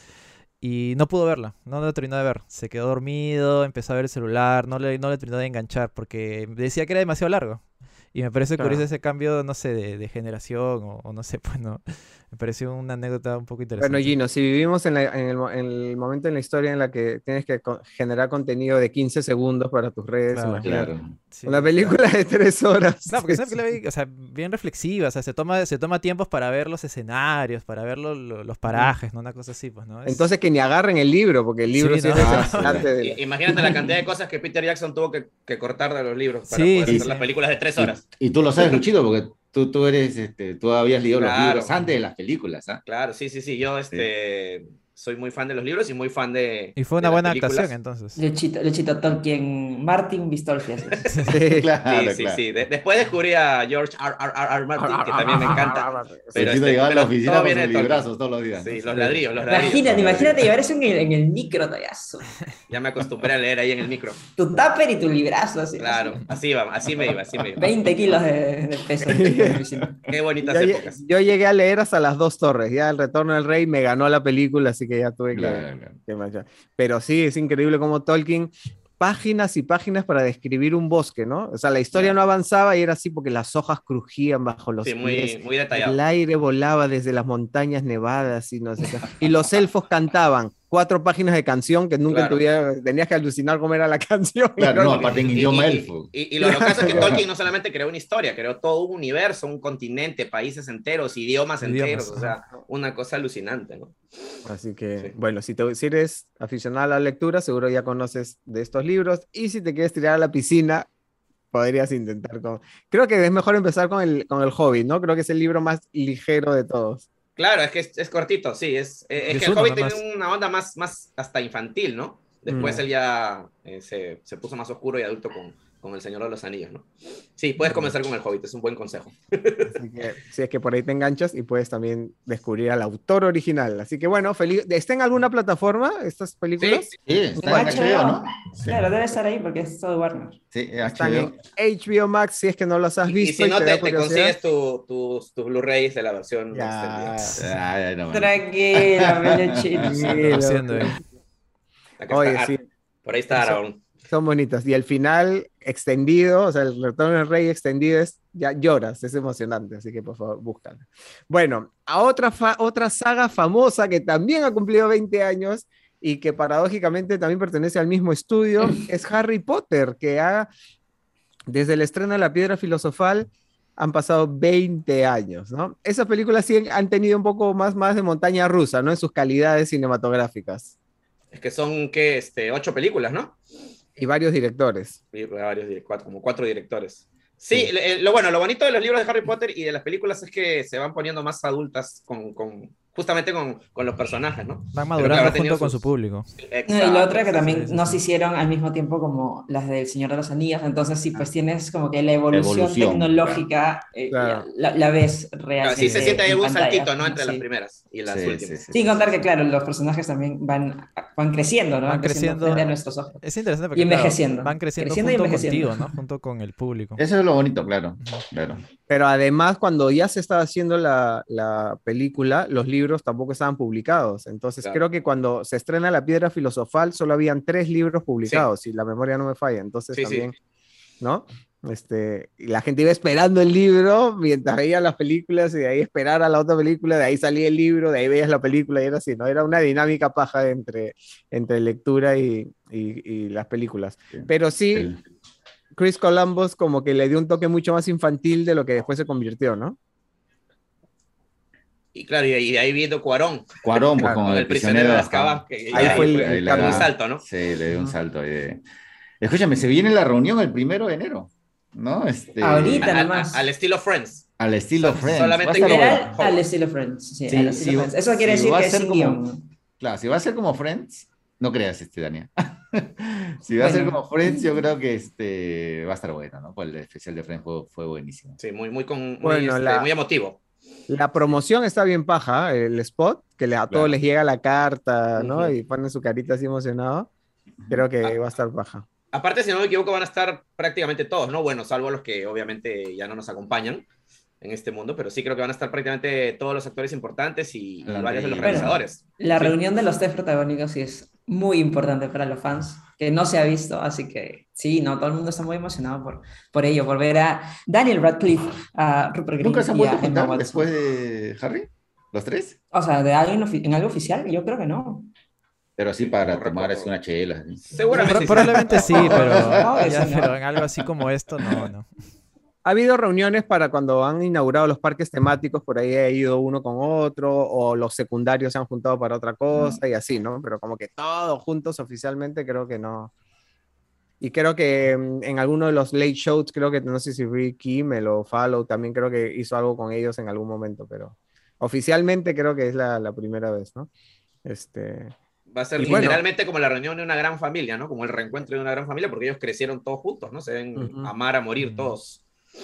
y no pudo verla, no la terminó de ver. Se quedó dormido, empezó a ver el celular, no le, no le terminó de enganchar porque decía que era demasiado largo. Y me parece curioso Claro. ese cambio, no sé, de, de generación o, o no sé, pues no. Me pareció una anécdota un poco Bueno, interesante. Gino, si vivimos en, la- en el, mo- en el momento en la historia en la que tienes que co- generar contenido de quince segundos para tus redes, Claro. imagínate. Claro. Sí, Una sí. película de tres horas. Claro, porque es una película, o sea, bien reflexiva, o sea, se toma, se toma tiempos para ver los escenarios, para ver lo- lo- los parajes, ¿no? Una cosa así, pues, ¿no? Es- Entonces que ni agarren el libro, porque el libro Sí, sí, ¿no? es Ah, decepcionante. de la- I- Imagínate la cantidad de cosas que Peter Jackson tuvo que, que cortar de los libros para Sí, poder sí, hacer sí. las películas de tres horas. Y, y tú lo sabes, Luchito, porque tú, tú eres, este, tú habías leído los Claro. libros antes de las películas, ¿ah? Claro, sí, sí, sí. Yo este, soy muy fan de los libros y muy fan de. Y fue de una las buena películas. actuación, entonces. Luchito, Luchito Tolkien, Martin Bistolfi. así. Sí. Claro, Sí, sí, claro. sí. De- después descubrí a George R. R. R. Martin, que también me encanta. Pero, Luchito este, llegaba a la pero oficina todo con viene sus de Tolkien. librazos todos los días. Sí, ¿no? los ladrillos, los ladrillos. Imagínate, imagínate llevar eso en el, en el micro, tallazo. Ya me acostumbré a leer ahí en el micro. Tu tupper y tu librazo, así. Claro, así iba, así me iba, así me iba. veinte kilos de, de peso. en la oficina. Qué bonitas Yo, lle- épocas. yo llegué a leer hasta las dos torres, ya el Retorno del Rey me ganó la película, así que ya tuve que- Claro, claro. que manchar. Pero sí, es increíble como Tolkien, páginas y páginas para describir un bosque, ¿no? O sea, la historia no avanzaba y era así porque las hojas crujían bajo los Sí, pies. muy, muy detallado. El aire volaba desde las montañas nevadas y no sé qué. Y los elfos cantaban cuatro páginas de canción que nunca Claro. tuviera, tenías que alucinar cómo era la canción. Claro, no, Y- aparte en Y- idioma y- elfo. Y, y lo locazo es que Tolkien no solamente creó una historia, creó todo un universo, un continente, países enteros, idiomas Idiomas, enteros, o sea, una cosa alucinante, ¿no? Así que, Sí. bueno, si, te, si eres aficionado a la lectura, seguro ya conoces de estos libros. Y si te quieres tirar a la piscina, podrías intentar con... Creo que es mejor empezar con el, con el Hobbit, ¿no? Creo que es el libro más ligero de todos. Claro, es que es, es cortito, sí, es, es Es que el uno Hobbit nomás. tiene una onda más, más hasta infantil, ¿no? Después Mm. él ya eh, se, se puso más oscuro y adulto con, con El Señor de los Anillos, ¿no? Sí, puedes comenzar con el Hobbit, es un buen consejo. Así que si es que por ahí te enganchas y puedes también descubrir al autor original. Así que bueno, feliz... ¿está en alguna plataforma estas películas? Sí, Sí, está en H B O, ¿no? Claro, debe estar ahí porque es todo Warner. Sí, Están H B O. en H B O Max si es que no los has Y, y visto. si no, te te, da te curiosidad. consigues tu- tus tus Blu-rays de la versión Ya. extendida. Ay, no, man. Tranquilo, mi Luchito. Sí, Estamos lo- haciendo ahí. Acá Oye, está sí. Ar- Por ahí está Eso. Aragorn. Son bonitas. Y el final extendido, o sea, el Retorno del Rey extendido es, ya lloras, es emocionante, así que por favor, búscalo. Bueno, a otra, fa- otra saga famosa que también ha cumplido veinte años y que paradójicamente también pertenece al mismo estudio, es Harry Potter, que ha, desde el estreno de La Piedra Filosofal, han pasado veinte años, ¿no? Esas películas sí han tenido un poco más, más de montaña rusa, ¿no? En sus calidades cinematográficas. Es que son, ¿qué? Este, ocho películas, ¿no? Y varios directores. Y varios, direct- cuatro- como cuatro directores. Sí, le- lo bueno, lo bonito de los libros de Harry Potter y de las películas es que se van poniendo más adultas con, con justamente con, con los personajes, ¿no? Van Pero madurando claro, ha junto tenido con sus- su público. No, y Exacto, lo otro es que sí, también sí, no sí. se hicieron al mismo tiempo como las del Señor de los Anillos, entonces sí, pues tienes como que la evolución, Evolución, tecnológica, eh, Claro. la, la ves Claro, realmente. sí se siente ahí en un pantalla, saltito, ¿no? Entre Sí. las primeras y las Sí, últimas. sí, sí. Sin contar que, claro, los personajes también van, van creciendo, ¿no? Van creciendo. frente a nuestros ojos. Es interesante porque Y claro, envejeciendo. van creciendo Creciendo y junto envejeciendo. contigo, ¿no? Junto con el público. Eso es lo bonito, claro. Claro. Pero además, cuando ya se estaba haciendo la, la película, los libros tampoco estaban publicados. Entonces, Claro. creo que cuando se estrena La Piedra Filosofal, solo habían tres libros publicados, si la memoria no me falla. Entonces, Sí, sí. también, ¿no? Este, y la gente iba esperando el libro mientras veía las películas y de ahí esperar a la otra película, de ahí salía el libro, de ahí veías la película y era así, ¿no? Era una dinámica paja entre, entre lectura y, y- y las películas. Pero sí, El- Chris Columbus como que le dio un toque mucho más infantil de lo que después se convirtió, ¿no? Y claro, y de, y de ahí viendo Cuarón, Cuarón, pues, Claro, con con el, el prisionero de Azkaban, que Ahí ya fue el- fue el un cambio. salto, ¿no? Sí, le dio un Ujú. salto. ahí de- Escúchame, se viene la reunión el primero de enero, ¿no? Este, Ahorita. Al, al- nomás. al estilo Friends. Al estilo So- Friends. solamente Va a estar que- bueno. Literal al estilo Friends. Sí, Sí, al estilo sí, Friends. Eso quiere sí, decir va a que es ser sin como- guión. Claro, si va a ser como Friends, no creas, este, Dania. Si va a ser Bueno. como Friends, yo creo que este va a estar bueno, ¿no? Pues el especial de Friends fue, fue buenísimo. Sí, muy, muy, con, muy, Bueno, este, la- muy emotivo. La promoción está bien paja, el spot, que le- a todos Claro. les llega la carta, ¿no? Ujú. Y ponen su carita así emocionado. Creo que Ah, va a estar paja. aparte, si no me equivoco, van a estar prácticamente todos, ¿no? Bueno, salvo los que obviamente ya no nos acompañan en este mundo, pero sí creo que van a estar prácticamente todos los actores importantes y, y Adelante varios de los y- Bueno, realizadores. la Sí. reunión de los tres protagónicos sí es muy importante para los fans, que no se ha visto, así que sí, no, todo el mundo está muy emocionado por, por ello, por ver a Daniel Radcliffe, a Rupert ¿Nunca Grint se han y vuelto a a Emma juntar Watson. después de Harry? ¿Los tres? O sea, ¿de algo en, ofi- en algo oficial? Yo creo que no. Pero sí para No tomar así recuerdo. una chela. ¿sí? Seguramente Pro- sí. probablemente sí, pero, Obvio, ya, sí, ¿no? pero en algo así como esto, no, no. Ha habido reuniones para cuando han inaugurado los parques temáticos, por ahí ha ido uno con otro, o los secundarios se han juntado para otra cosa y así, ¿no? Pero como que todos juntos oficialmente creo que no. Y creo que mm, en alguno de los late shows, creo que no sé si fue Kimmel o Fallow, también creo que hizo algo con ellos en algún momento, pero oficialmente creo que es la, la primera vez, ¿no? Este, Va a ser y bueno, literalmente como la reunión de una gran familia, ¿no? Como el reencuentro de una gran familia, porque ellos crecieron todos juntos, ¿no? Se ven ujú. amar a morir Mm. todos.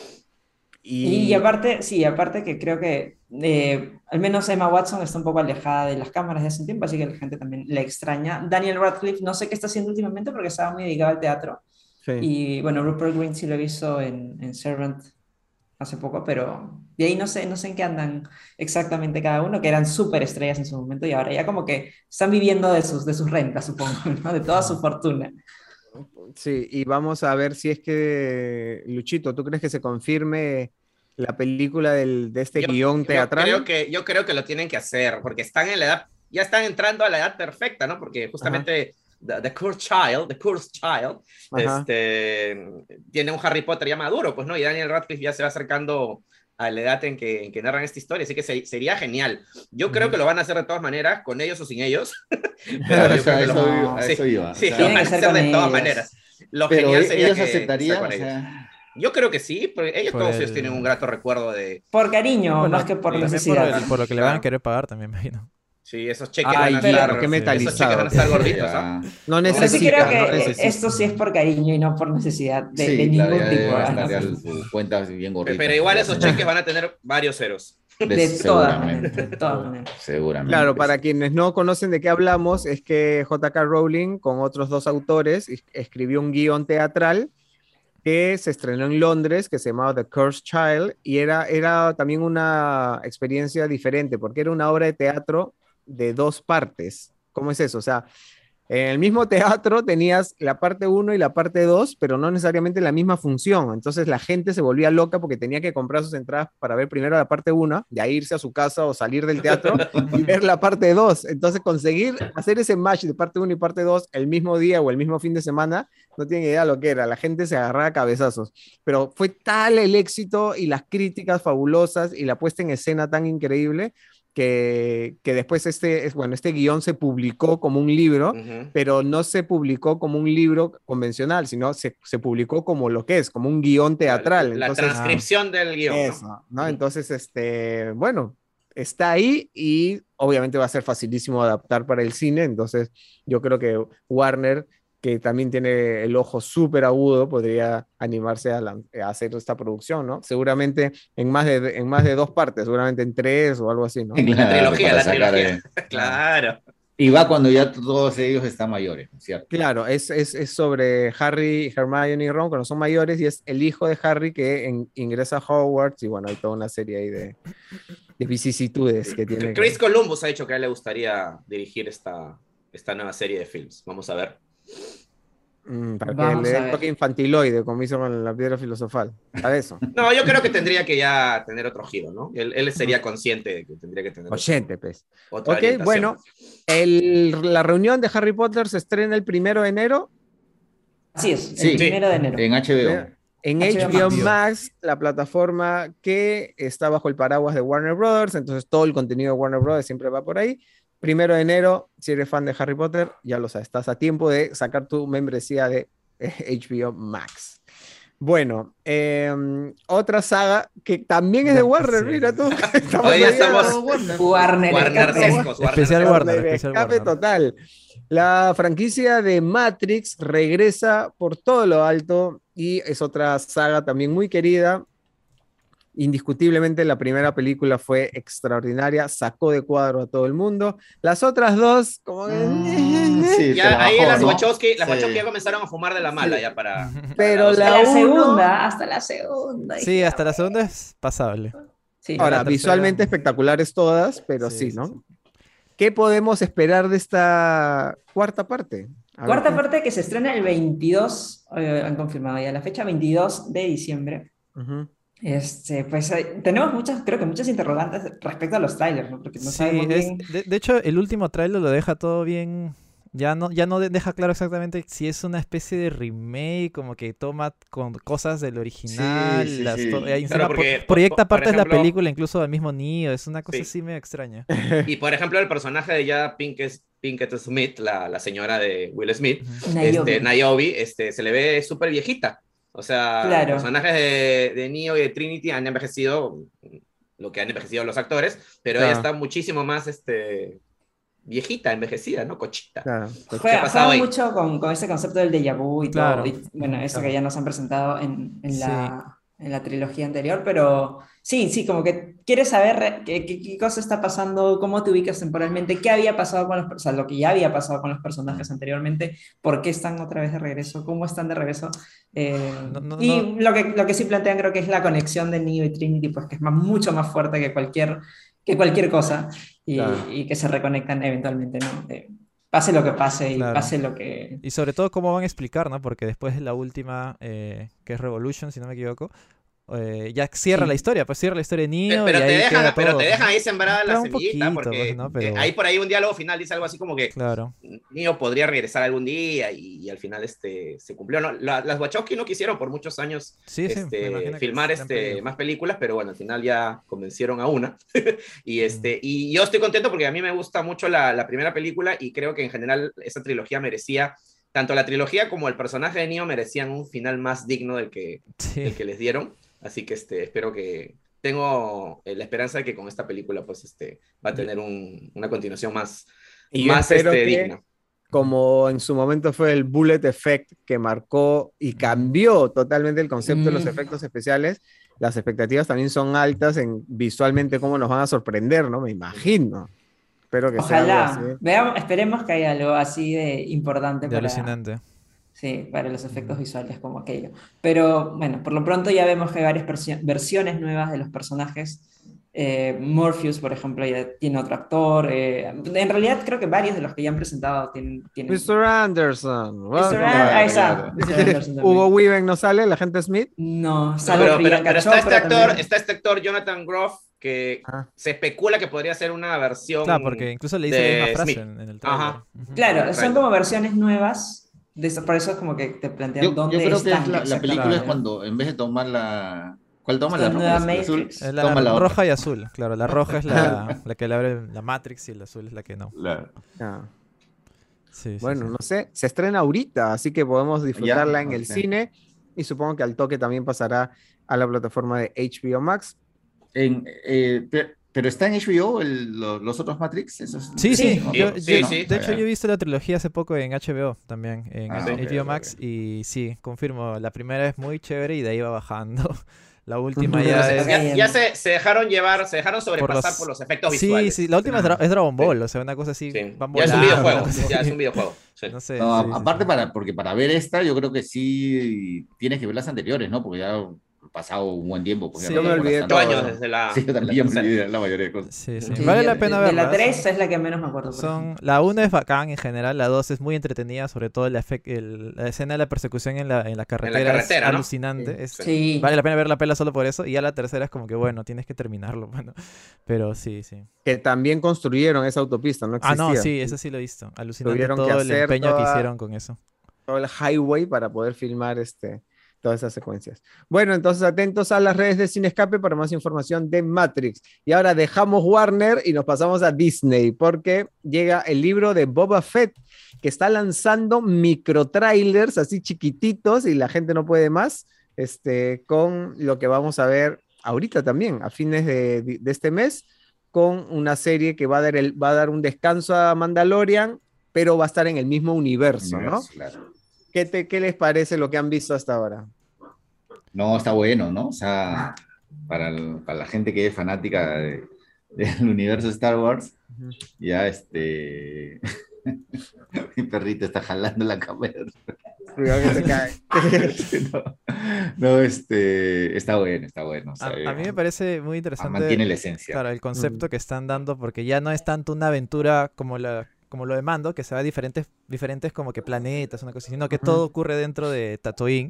Y, y Y aparte, sí, aparte que creo que eh, al menos Emma Watson está un poco alejada de las cámaras de hace un tiempo, así que la gente también le extraña. Daniel Radcliffe, no sé qué está haciendo últimamente porque estaba muy dedicado al teatro. sí. Y bueno, Rupert Grint sí lo he visto en, en Servant hace poco, pero de ahí no sé, no sé en qué andan exactamente cada uno, que eran súper estrellas en su momento y ahora ya como que están viviendo de sus, de sus rentas, supongo, ¿no? De toda su fortuna. Sí, y vamos a ver si es que, Luchito, ¿tú crees que se confirme la película del, de este Yo, guión yo creo teatral? que, yo creo que lo tienen que hacer, porque están en la edad, ya están entrando a la edad perfecta, ¿no? Porque justamente The, the Cursed Child, The Cursed Child, Ajá. este, tiene un Harry Potter ya maduro, pues, ¿no? Y Daniel Radcliffe ya se va acercando a la edad en que, en que narran esta historia, así que se, sería genial. Yo creo Ujú. que lo van a hacer de todas maneras, con ellos o sin ellos, pero Claro, yo o sea, creo que eso, lo, iba- a sí, eso iba. sí, o lo sea, Tiene van a que ser hacer con de todas ellos. maneras. Lo pero genial e- sería ellos que estar aceptarían, con o ellos. sea, Yo creo que sí, porque ellos Por todos el- ellos tienen un grato recuerdo de, Por cariño, Bueno, más que por sí, también por, necesidad. el- por lo que le van a Claro. querer pagar también, me imagino. sí, esos cheques Ay, van a pero- estar, qué Sí. metalizado. esos cheques van a estar gorditos, ¿ah? ya- No Pero sí necesita, creo no que necesita. esto sí es por cariño y no por necesidad de, de sí, claro, ningún ya tipo. debe ¿ah? estar ya ¿no? su cuenta bien gordita. Pero igual ya esos se- cheques van a tener varios ceros. de- De todas seguramente. maneras, de todas maneras. Seguramente. Claro, sí. para quienes no conocen de qué hablamos, es que J K. Rowling, con otros dos autores, es- escribió un guión teatral que se estrenó en Londres, que se llamaba The Cursed Child, y era, era también una experiencia diferente, porque era una obra de teatro de dos partes. ¿Cómo es eso? O sea, en el mismo teatro tenías la parte uno y la parte dos, pero no necesariamente la misma función. Entonces la gente se volvía loca porque tenía que comprar sus entradas para ver primero la parte uno, de ahí irse a su casa o salir del teatro y ver la parte dos. Entonces conseguir hacer ese match de parte uno y parte dos el mismo día o el mismo fin de semana, no tienen idea lo que era. La gente se agarraba a cabezazos. Pero fue tal el éxito y las críticas fabulosas y la puesta en escena tan increíble que, que después este, es, bueno, este guión se publicó como un libro, Ujú. pero no se publicó como un libro convencional, sino se, se publicó como lo que es, como un guión teatral. La, la Entonces, transcripción del guión. ¿no? eso, ¿no? Ujú. Entonces, este, bueno, está ahí y obviamente va a ser facilísimo adaptar para el cine, entonces yo creo que Warner, que también tiene el ojo súper agudo, podría animarse a, la- a hacer esta producción, ¿no? Seguramente en más, de, en más de dos partes, seguramente en tres o algo así, ¿no? Claro, La trilogía, para la sacar, trilogía. eh, Claro. Y va cuando ya todos ellos están mayores, ¿no es cierto? Claro, es, es, es sobre Harry, Hermione y Ron cuando son mayores y es el hijo de Harry que en- ingresa a Hogwarts y bueno, hay toda una serie ahí de, de vicisitudes que tiene. que- Chris Columbus ha dicho que a él le gustaría dirigir esta, esta nueva serie de films. Vamos a ver. Mm, para que Vamos le dé a el ver. toque infantiloide, como hizo con la piedra filosofal. A eso. No, yo creo que tendría que ya tener otro giro, ¿no? Él, él sería consciente de que tendría que tener Oyente, pues. otra Ok, orientación. bueno, el- la reunión de Harry Potter se estrena el primero de enero Así es, el Sí. primero de enero. En H B O. en H B O H B O Max. Max, la plataforma que está bajo el paraguas de Warner Brothers, entonces todo el contenido de Warner Brothers siempre va por ahí. Primero de enero, si eres fan de Harry Potter, ya lo sabes, estás a tiempo de sacar tu membresía de eh, H B O Max. Bueno, eh, otra saga que también es de Warner, Sí. mira tú. Estamos Hoy ya ahí, estamos ¿no? Warner. Warnersescos, Especial Warner- Warner, Warner, especial escape Warner. total. La franquicia de Matrix regresa por todo lo alto y es otra saga también muy querida Indiscutiblemente la primera película fue extraordinaria, sacó de cuadro a todo el mundo. Las otras dos, como que... Mm, sí, te Ya la ahí bajó, las ¿no? Wachowski, las Sí. Wachowski ya comenzaron a fumar de la mala Sí. ya para... Pero para la Hasta la uno- segunda, hasta la segunda. Sí, dije, hasta la "Ah, segunda es pasable. sí, Ahora, la tercera- visualmente espectaculares todas, pero sí, Sí, sí, ¿no? sí. ¿Qué podemos esperar de esta cuarta parte? A ver, Cuarta ¿qué- parte que se estrena el veintidós, eh, han confirmado ya la fecha, veintidós de diciembre. Ujú. Este, pues eh, tenemos muchas, creo que muchas interrogantes respecto a los trailers, ¿no? Porque no Sí, sabemos es, bien. de, de hecho, el último tráiler lo deja todo bien. Ya no, ya no de- deja claro exactamente si es una especie de remake, como que toma con cosas del original, Sí, sí, las sí. to- eh, encima Claro, por- porque, por- proyecta por- por partes de la ejemplo- película, incluso del mismo Neo, es una cosa Sí. así medio extraña. Y por ejemplo, el personaje de ya Pinkett, Pinkett Smith, la, la señora de Will Smith, Ujú. Niobe. este, Niobe, este, se le ve súper viejita. O sea, Claro. los personajes de, de Neo y de Trinity han envejecido lo que han envejecido los actores, pero ella Claro. está muchísimo más este, viejita, envejecida, ¿no? Cochita. Claro, pues, ¿Qué ha Juega, pasado juega ahí? mucho con, con ese concepto del déjà vu y Claro. todo. Y, bueno, eso Claro. que ya nos han presentado en, en la, en la trilogía anterior, pero sí, sí, como que quieres saber re- qué, qué- qué cosa está pasando, cómo te ubicas temporalmente, qué había pasado con los, per- o sea, lo que ya había pasado con los personajes anteriormente, por qué están otra vez de regreso, cómo están de regreso. eh, No, no, y no. Lo, que, lo que sí plantean creo que es la conexión de Neo y Trinity, pues que es más, mucho más fuerte que cualquier, que cualquier cosa y, Claro. y que se reconectan eventualmente, ¿no? Eh, pase lo que pase y Claro. pase lo que... Y sobre todo cómo van a explicar, ¿no? Porque después de la última, eh, que es Revolution, si no me equivoco, eh, ya cierra Sí. la historia, pues cierra la historia de Pero, Neo pero y te ahí dejan, queda pero todo, te pues, dejan ¿no? ahí sembrada la Claro, un semillita, poquito, porque pues, ¿no? Pero- eh, hay por ahí un diálogo final, dice algo así como que Claro. Neo podría regresar algún día y, y al final este, se cumplió. ¿No? La- las Wachowski no quisieron por muchos años Sí, sí, este, me imagino que filmar les han este, pedido. más películas, pero bueno, al final ya convencieron a una. y, Mm. este, y yo estoy contento porque a mí me gusta mucho la, la primera película y creo que en general esa trilogía merecía, tanto la trilogía como el personaje de Neo merecían un final más digno del que, Sí. del que les dieron. Así que este, espero que... Tengo eh, la esperanza de que con esta película pues este, va a tener un, una continuación más, Y yo más espero este, que- digna. como en su momento fue el Bullet Effect que marcó y cambió totalmente el concepto de los Mm. efectos especiales, las expectativas también son altas en visualmente cómo nos van a sorprender, ¿no? Me imagino. Espero que sea algo Ojalá, así. veamos, esperemos que haya algo así de importante De para, alucinante. sí, para los efectos visuales como aquello. Pero bueno, por lo pronto ya vemos que hay varias persio- versiones nuevas de los personajes. Eh, Morpheus, por ejemplo, ya tiene otro actor. eh, en realidad creo que varios de los que ya han presentado tienen... tienen... mister Anderson. mister welcome. An- ah, esa, claro. mister Anderson también. Hugo Weaving no sale, la gente Smith. No, No, salvo pero, pero, Priyanka pero está este Chopra actor, también. está este actor Jonathan Groff que Ah. se especula que podría ser una versión. Claro, porque incluso le dice de la misma frase Smith. en, en el trailer. Ajá. Ujú. Claro, son Trailer. como versiones nuevas. De eso, por eso es como que te plantean Yo, yo dónde creo que están es la, la exactamente, película es ¿no? cuando en vez de tomar la... ¿Cuál toma? Esta La roja, nueva la azul. Matrix. Es la Toma la otra. roja y azul, claro. La roja es la, la que le abre la Matrix y la azul es la que no. La- Ah. Sí, sí, Bueno, sí. no sé, se estrena ahorita, así que podemos disfrutarla en el ok. cine y supongo que al toque también pasará a la plataforma de H B O Max. en, eh, pe- pero está en H B O el- lo- los otros Matrix. Esos, Sí, sí, Sí, yo- sí, yo- sí. de hecho yo he visto la trilogía hace poco en H B O también, en Ah, H B O ok, Max, ok. y sí, confirmo, la primera es muy chévere y de ahí va bajando. La última Ujú. ya Pero es... se- ya, ya se, se dejaron llevar, se dejaron sobrepasar los- por los, efectos Sí, visuales. sí, la última es, Dra- es Dragon Ball, o sea, una cosa así, Sí. van Ya es un volando, videojuego, una cosa ya es así. un videojuego. sí. No sé, No, sí, sí, aparte sí. para, porque para ver esta yo creo que sí tienes que ver las anteriores, ¿no? Porque ya ha pasado un buen tiempo. Pues ya Sí. no Yo me te olvidé acuerdas Ocho todo. tanto. años desde la. Sí, yo la también ya me tercera. olvidé la mayoría de cosas. Sí, sí. Sí, Vale de- la pena de, de verla. la tres son- es la que menos me acuerdo. por Son, ejemplo. la una es bacán en general, la dos es muy entretenida, sobre todo el efec- el- la escena de la persecución en la, en la carretera, carretera, es ¿no? alucinante. es- Sí. Vale la pena ver la pela solo por eso. Y ya la tercera es como que, bueno, tienes que terminarlo. Bueno, pero sí, sí. Que también construyeron esa autopista, no Ah, existía. no, sí, eso sí lo he visto. Alucinante Tuvieron que todo el hacer empeño que toda- hicieron con eso. Todo el highway para poder filmar este, todas esas secuencias. Bueno, entonces atentos a las redes de Cine Escape para más información de Matrix. Y ahora dejamos Warner y nos pasamos a Disney, porque llega el libro de Boba Fett, que está lanzando microtrailers así chiquititos y la gente no puede más, este, con lo que vamos a ver ahorita también, a fines de, de este mes, con una serie que va a dar, el, va a dar un descanso a Mandalorian, pero va a estar en el mismo universo, ¿no? Universo, claro. ¿Qué, te, ¿Qué les parece lo que han visto hasta ahora? No, está bueno, ¿no? O sea, para, el- para la gente que es fanática de- del universo Star Wars, Ujú. ya este... Mi perrito está jalando la cámara. Cuidado que se cae. No, no, este, está bueno, está bueno. o sea, A, a mí me parece muy ah, interesante, mantiene la esencia. claro, el concepto Mm. que están dando, porque ya no es tanto una aventura como la, como lo de Mando, que se va a diferentes, diferentes como que planetas, una cosa así, sino que Ujú. todo ocurre dentro de Tatooine.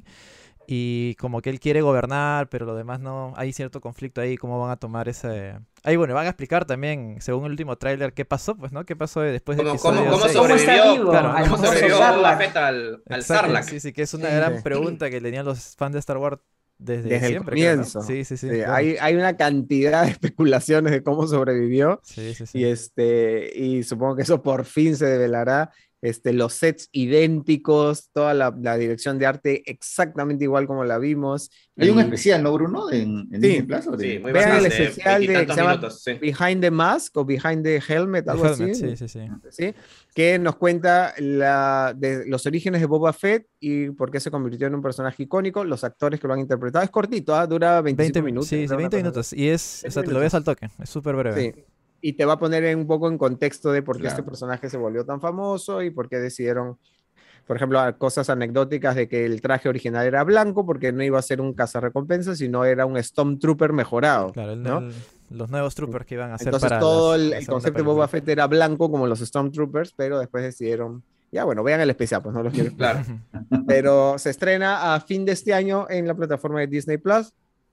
Y como que él quiere gobernar, pero lo demás no. Hay cierto conflicto ahí, cómo van a tomar ese. Ahí, bueno, van a explicar también, según el último tráiler, qué pasó, pues, ¿no? ¿Qué pasó después del ¿Cómo, episodio cómo, cómo seis? ¿Cómo está sobrevivió? vivo? Claro, al ¿Cómo ¿cómo famoso sobrevivió Sarlacc? Boba Fett al, al Exacto, Sarlacc? sí, sí, que es una Sí. gran Sí. pregunta que tenían los fans de Star Wars desde, Desde el siempre, creo, ¿no? comienzo. Sí, sí, sí. Sí, claro. hay, hay una cantidad de especulaciones de cómo sobrevivió. Sí, sí, Y, sí. este, y supongo que eso por fin se develará. Este, los sets idénticos, toda la, la dirección de arte exactamente igual como la vimos. Hay un Y especial, ¿no, Bruno? En, en Sí. Disney Plus. ¿o de- Sí, muy vean el bastante, especial de, que veintitantos se llama minutos, sí. Behind the Mask o Behind the Helmet, The algo Helmet, así. sí, sí, sí. ¿sí? Que nos cuenta la, de los orígenes de Boba Fett y por qué se convirtió en un personaje icónico, los actores que lo han interpretado. Es cortito, ¿ah? Dura veinticinco veinte minutos. Sí, sí, creo, una veinte cosa minutos. Y es, o veinte sea, te lo minutos. ves al toque. Es súper breve. Sí. Y te va a poner en- un poco en contexto de por qué este Claro. personaje se volvió tan famoso y por qué decidieron, por ejemplo, a- cosas anecdóticas de que el traje original era blanco porque no iba a ser un cazarrecompensas, sino era un Stormtrooper mejorado, Claro, el- ¿no? el- los nuevos troopers que iban a hacer Entonces para todo las- el, la el segunda concepto de película. Boba Fett era blanco como los Stormtroopers, pero después decidieron, ya bueno, vean el especial, pues no los quiero explicar. Claro. Pero se estrena a fin de este año en la plataforma de Disney Plus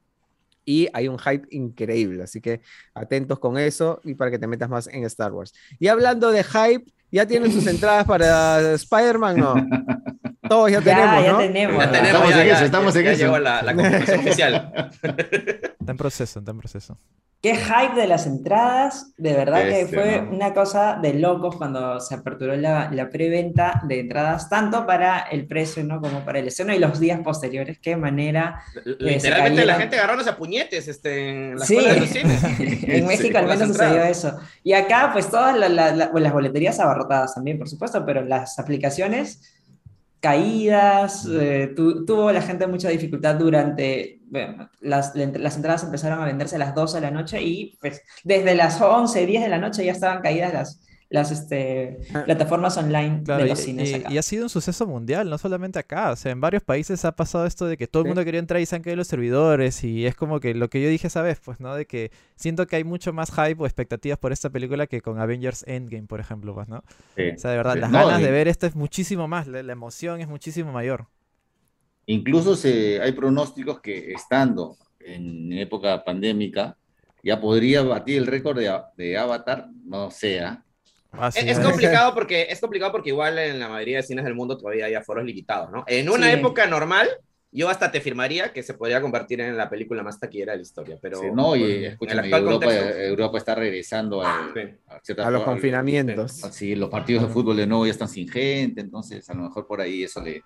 y hay un hype increíble, así que atentos con eso y para que te metas más en Star Wars. Y hablando de hype, ¿ya tienen sus entradas para Spider-Man? No. Todos ya, Ya, tenemos, ya ¿no? tenemos. Ya ¿no? tenemos, Estamos ya, en ya, eso, estamos ya- en ya eso. llegó la, la confirmación oficial. Está en proceso, está en proceso. Qué hype de las entradas, de verdad que Bestia, fue ¿no? una cosa de locos cuando se aperturó la, la preventa de entradas, tanto para el precio, ¿no? como para el estreno y los días posteriores. Qué manera. Literalmente la cayeron. gente agarrándose a puñetes este, en las Sí, colas de los cines. en México al Por las menos sucedió entradas. eso. Y acá, pues todas la- la- la- bueno, las boleterías abarrotadas también, por supuesto, pero las aplicaciones caídas, eh, tu- tuvo la gente mucha dificultad durante, bueno, las, las entradas empezaron a venderse a las doce de la noche y pues desde las once, diez de la noche ya estaban caídas las, las este, plataformas online Claro, de y, los cines y- acá. y ha sido un suceso mundial, no solamente acá. O sea, en varios países ha pasado esto de que todo el Sí. mundo quería entrar y se han caído los servidores. Y es como que lo que yo dije esa vez, pues, ¿no? De que siento que hay mucho más hype o expectativas por esta película que con Avengers Endgame, por ejemplo, pues, ¿no? Sí, O sea, de verdad, sí. las No, ganas y- de ver esto es muchísimo más. La, la emoción es muchísimo mayor. Incluso se, hay pronósticos que estando en época pandémica ya podría batir el récord de, de Avatar, no sea. Así Es, es es. complicado porque, es complicado porque igual en la mayoría de cines del mundo todavía hay aforos limitados, ¿no? En una Sí. época normal, yo hasta te firmaría que se podría convertir en la película más taquillera de la historia, pero Sí, no, en y el escúchame, actual Europa, contexto, Europa está regresando a, sí. a ciertas A los cosas. confinamientos. Sí, los partidos de fútbol de nuevo ya están sin gente, entonces a lo mejor por ahí eso le,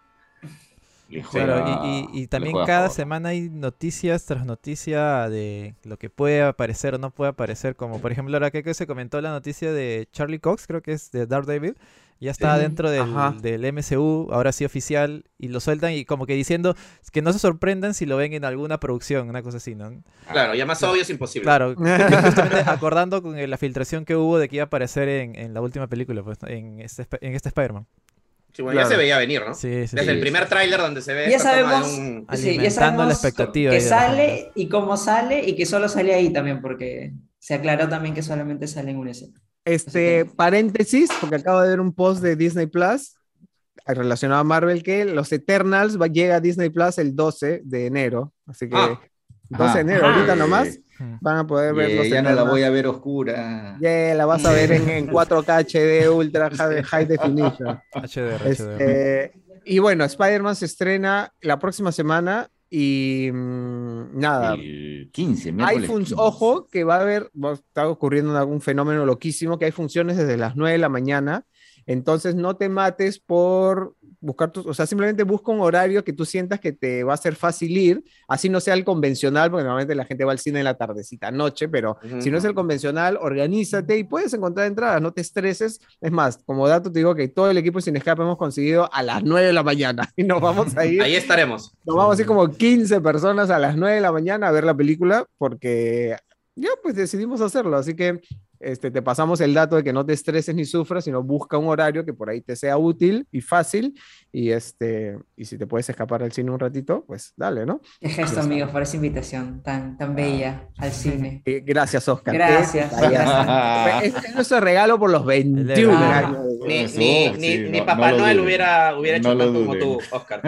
le Claro, juega- y, y- y le también juega a cada favor. semana hay noticias tras noticia de lo que puede aparecer o no puede aparecer, como por ejemplo ahora que se comentó la noticia de Charlie Cox, creo que es de Daredevil, ya está Sí. dentro del, Ajá. del M C U, ahora sí oficial, y lo sueltan y como que diciendo que no se sorprendan si lo ven en alguna producción, una cosa así, ¿no? Claro, ya más obvio es imposible. Claro, justamente acordando con la filtración que hubo de que iba a aparecer en, en la última película, pues, en este, Sp- en este Spider-Man. Sí, bueno, ya Claro. se veía venir, ¿no? Sí, sí, Desde sí. el primer tráiler donde se ve Ya esta toma sabemos, de un... sí, ya alimentando sabemos la expectativa que ahí de la sale gente. y cómo sale y que solo sale ahí también, porque se aclaró también que solamente sale en una escena. Este, paréntesis, porque acabo de ver un post de Disney Plus relacionado a Marvel que los Eternals va, llega a Disney Plus el doce de enero, así que Ah. doce de enero, Ajá. ahorita Eh, nomás Mm. van a poder ver los eh, ya no la Eternals. voy a ver oscura. Yeah, la vas a ver en, en cuatro K H D Ultra High, high Definition. H D R, H D R. Este, y bueno, Spider-Man se estrena la próxima semana y mm, nada. El quince, Hay miércoles fun- quince. ojo que va a haber, va a estar ocurriendo algún fenómeno loquísimo, que hay funciones desde las nueve de la mañana Entonces no te mates por buscar tus, o sea, simplemente busca un horario que tú sientas que te va a ser fácil ir, así no sea el convencional, porque normalmente la gente va al cine en la tardecita, noche, pero uh-huh. si no es el convencional, organízate y puedes encontrar entradas, no te estreses. Es más, como dato te digo que todo el equipo Sin Escape hemos conseguido a las nueve de la mañana y nos vamos a ir. Ahí estaremos. Nos vamos a ir como quince personas a las nueve de la mañana a ver la película porque ya pues decidimos hacerlo, así que este, te pasamos el dato de que no te estreses ni sufras, sino busca un horario que por ahí te sea útil y fácil, y, este, y si te puedes escapar al cine un ratito, pues dale, ¿no? Qué gesto, amigos, por esa invitación tan, tan bella al cine. Gracias, Oscar. Gracias. Es, es nuestro regalo por los veintiún Ah, años. Ni, ni, ni, sí, ni no, Papá no Noel hubiera, hubiera hecho no tanto como tú, Oscar.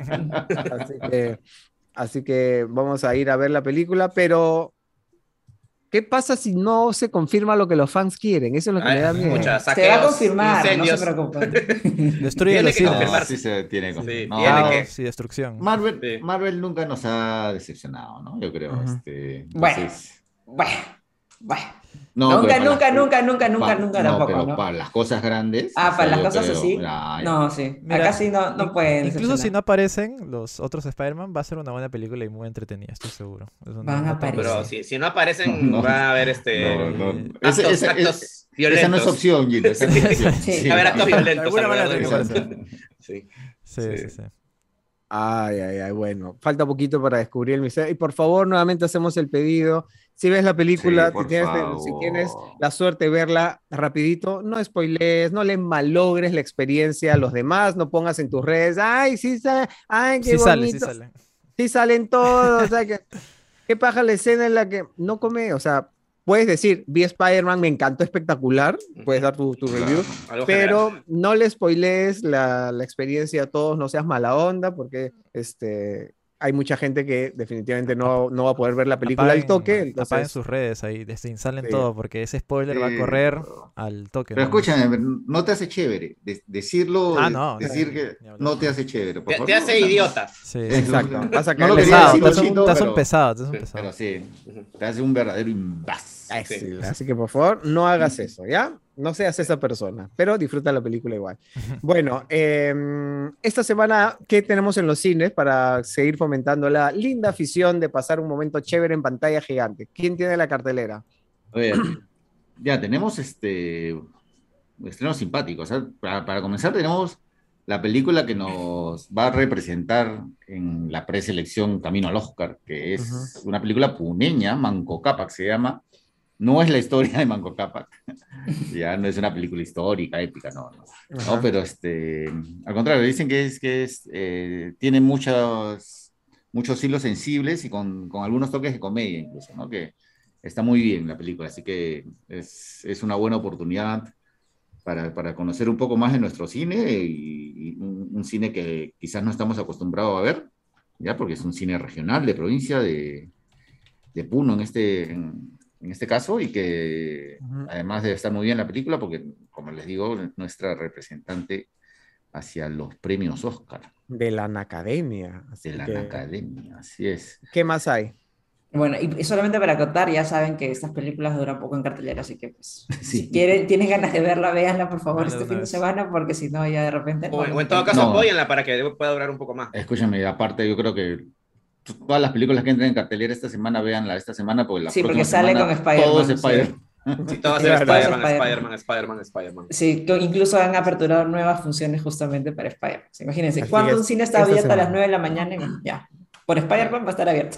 Así que, así que vamos a ir a ver la película, pero... ¿qué pasa si no se confirma lo que los fans quieren? Eso es lo que Ay, me da miedo. Mucha, saqueos, se va a confirmar, incendios. No se preocupen. Destruye los cines. No, sí se tiene que sí, no, tiene que. Sí, destrucción. Marvel, sí. Marvel nunca nos ha decepcionado, ¿no? Yo creo. Uh-huh. este, entonces... Bueno, bueno, bueno. No, nunca, nunca, las, nunca, nunca, nunca, pa, nunca, no, tampoco, pero ¿no? para las cosas grandes. Ah, para las cosas creo, así. Ya, ya. No, sí. Mira, acá sí no, no pueden. Incluso si no aparecen los otros Spider-Man, va a ser una buena película y muy entretenida, estoy seguro. Eso van no, a aparecer. Pero si, si no aparecen, no, van a haber este. No, no. Actos, ese, ese, actos ese, violentos. Esa no es opción, Gil. Esa no es opción. Sí. Sí. A ver, actos violentos. De alguna manera tiene que aparecer. Sí. Sí, sí, sí. sí. Ay, ay, ay, bueno, falta poquito para descubrir el misterio. Y por favor, nuevamente hacemos el pedido. Si ves la película, sí, si, tienes, si tienes la suerte de verla rapidito, no spoilees, no le malogres la experiencia a los demás, no pongas en tus redes, ay, sí sale, ay, qué sí bonito. Sale, sí, sale. Sí salen todos, o sea, que, qué paja la escena en la que no come, o sea, puedes decir, vi Spider-Man, me encantó, espectacular, puedes dar tu, tu review, claro, pero general. No le spoilees la, la experiencia a todos, no seas mala onda, porque este, hay mucha gente que definitivamente no, no va a poder ver la película apaguen, al toque. Entonces... apaguen sus redes ahí, desinstalen sí. todo, porque ese spoiler sí. va a correr al toque. Pero ¿no? escúchame, no te hace chévere de, decirlo, ah, no, decir no, que no te hace chévere. Por te, favor, te hace no, idiota. Sí, exacto. Vas a no lo pesado, decir, te, chito, te hace pero, un pesado, te hace un pesado. Pero sí, te hace un verdadero imbas. Sí. Así que por favor, no hagas eso, ¿ya? No seas esa persona, pero disfruta la película igual. Bueno, eh, esta semana, ¿qué tenemos en los cines para seguir fomentando la linda afición de pasar un momento chévere en pantalla gigante? ¿Quién tiene la cartelera? A ver, ya tenemos este estrenos simpáticos. ¿eh? Para, para comenzar, tenemos la película que nos va a representar en la preselección Camino al Oscar, que es uh-huh. una película puneña, Manco Cápac se llama. No es la historia de Manco Cápac, ya no es una película histórica, épica, no, no, uh-huh. no pero este, al contrario, dicen que es, que es, eh, tiene muchos, muchos hilos sensibles y con, con algunos toques de comedia incluso, ¿no? Que está muy bien la película, así que es, es una buena oportunidad para, para conocer un poco más de nuestro cine y, y un, un cine que quizás no estamos acostumbrados a ver, ya porque es un cine regional de provincia de, de Puno en este... En, en este caso, y que uh-huh. además debe estar muy bien la película, porque, como les digo, es nuestra representante hacia los premios Oscar. De la Anacademia. De la que... Anacademia, así es. ¿Qué más hay? Bueno, y solamente para acotar, ya saben que estas películas duran poco en cartelera, así que pues, sí. si quieren, tienen ganas de verla, véanla por favor vale, este fin de semana, porque si no, ya de repente... O, o en todo caso, no. apóyenla para que pueda durar un poco más. Escúchame, aparte yo creo que todas las películas que entren en cartelera esta semana, véanla esta semana, porque la sí, próxima porque sale semana con Spider-Man. Todo es Spider-Man. Sí, todo va a ser Spider-Man, Spider-Man, Spider-Man, Spider-Man. Sí, incluso han aperturado nuevas funciones justamente para Spider-Man. Imagínense, Así cuando es, un cine está abierto a las nueve de la mañana, ya, por Spider-Man va a estar abierto.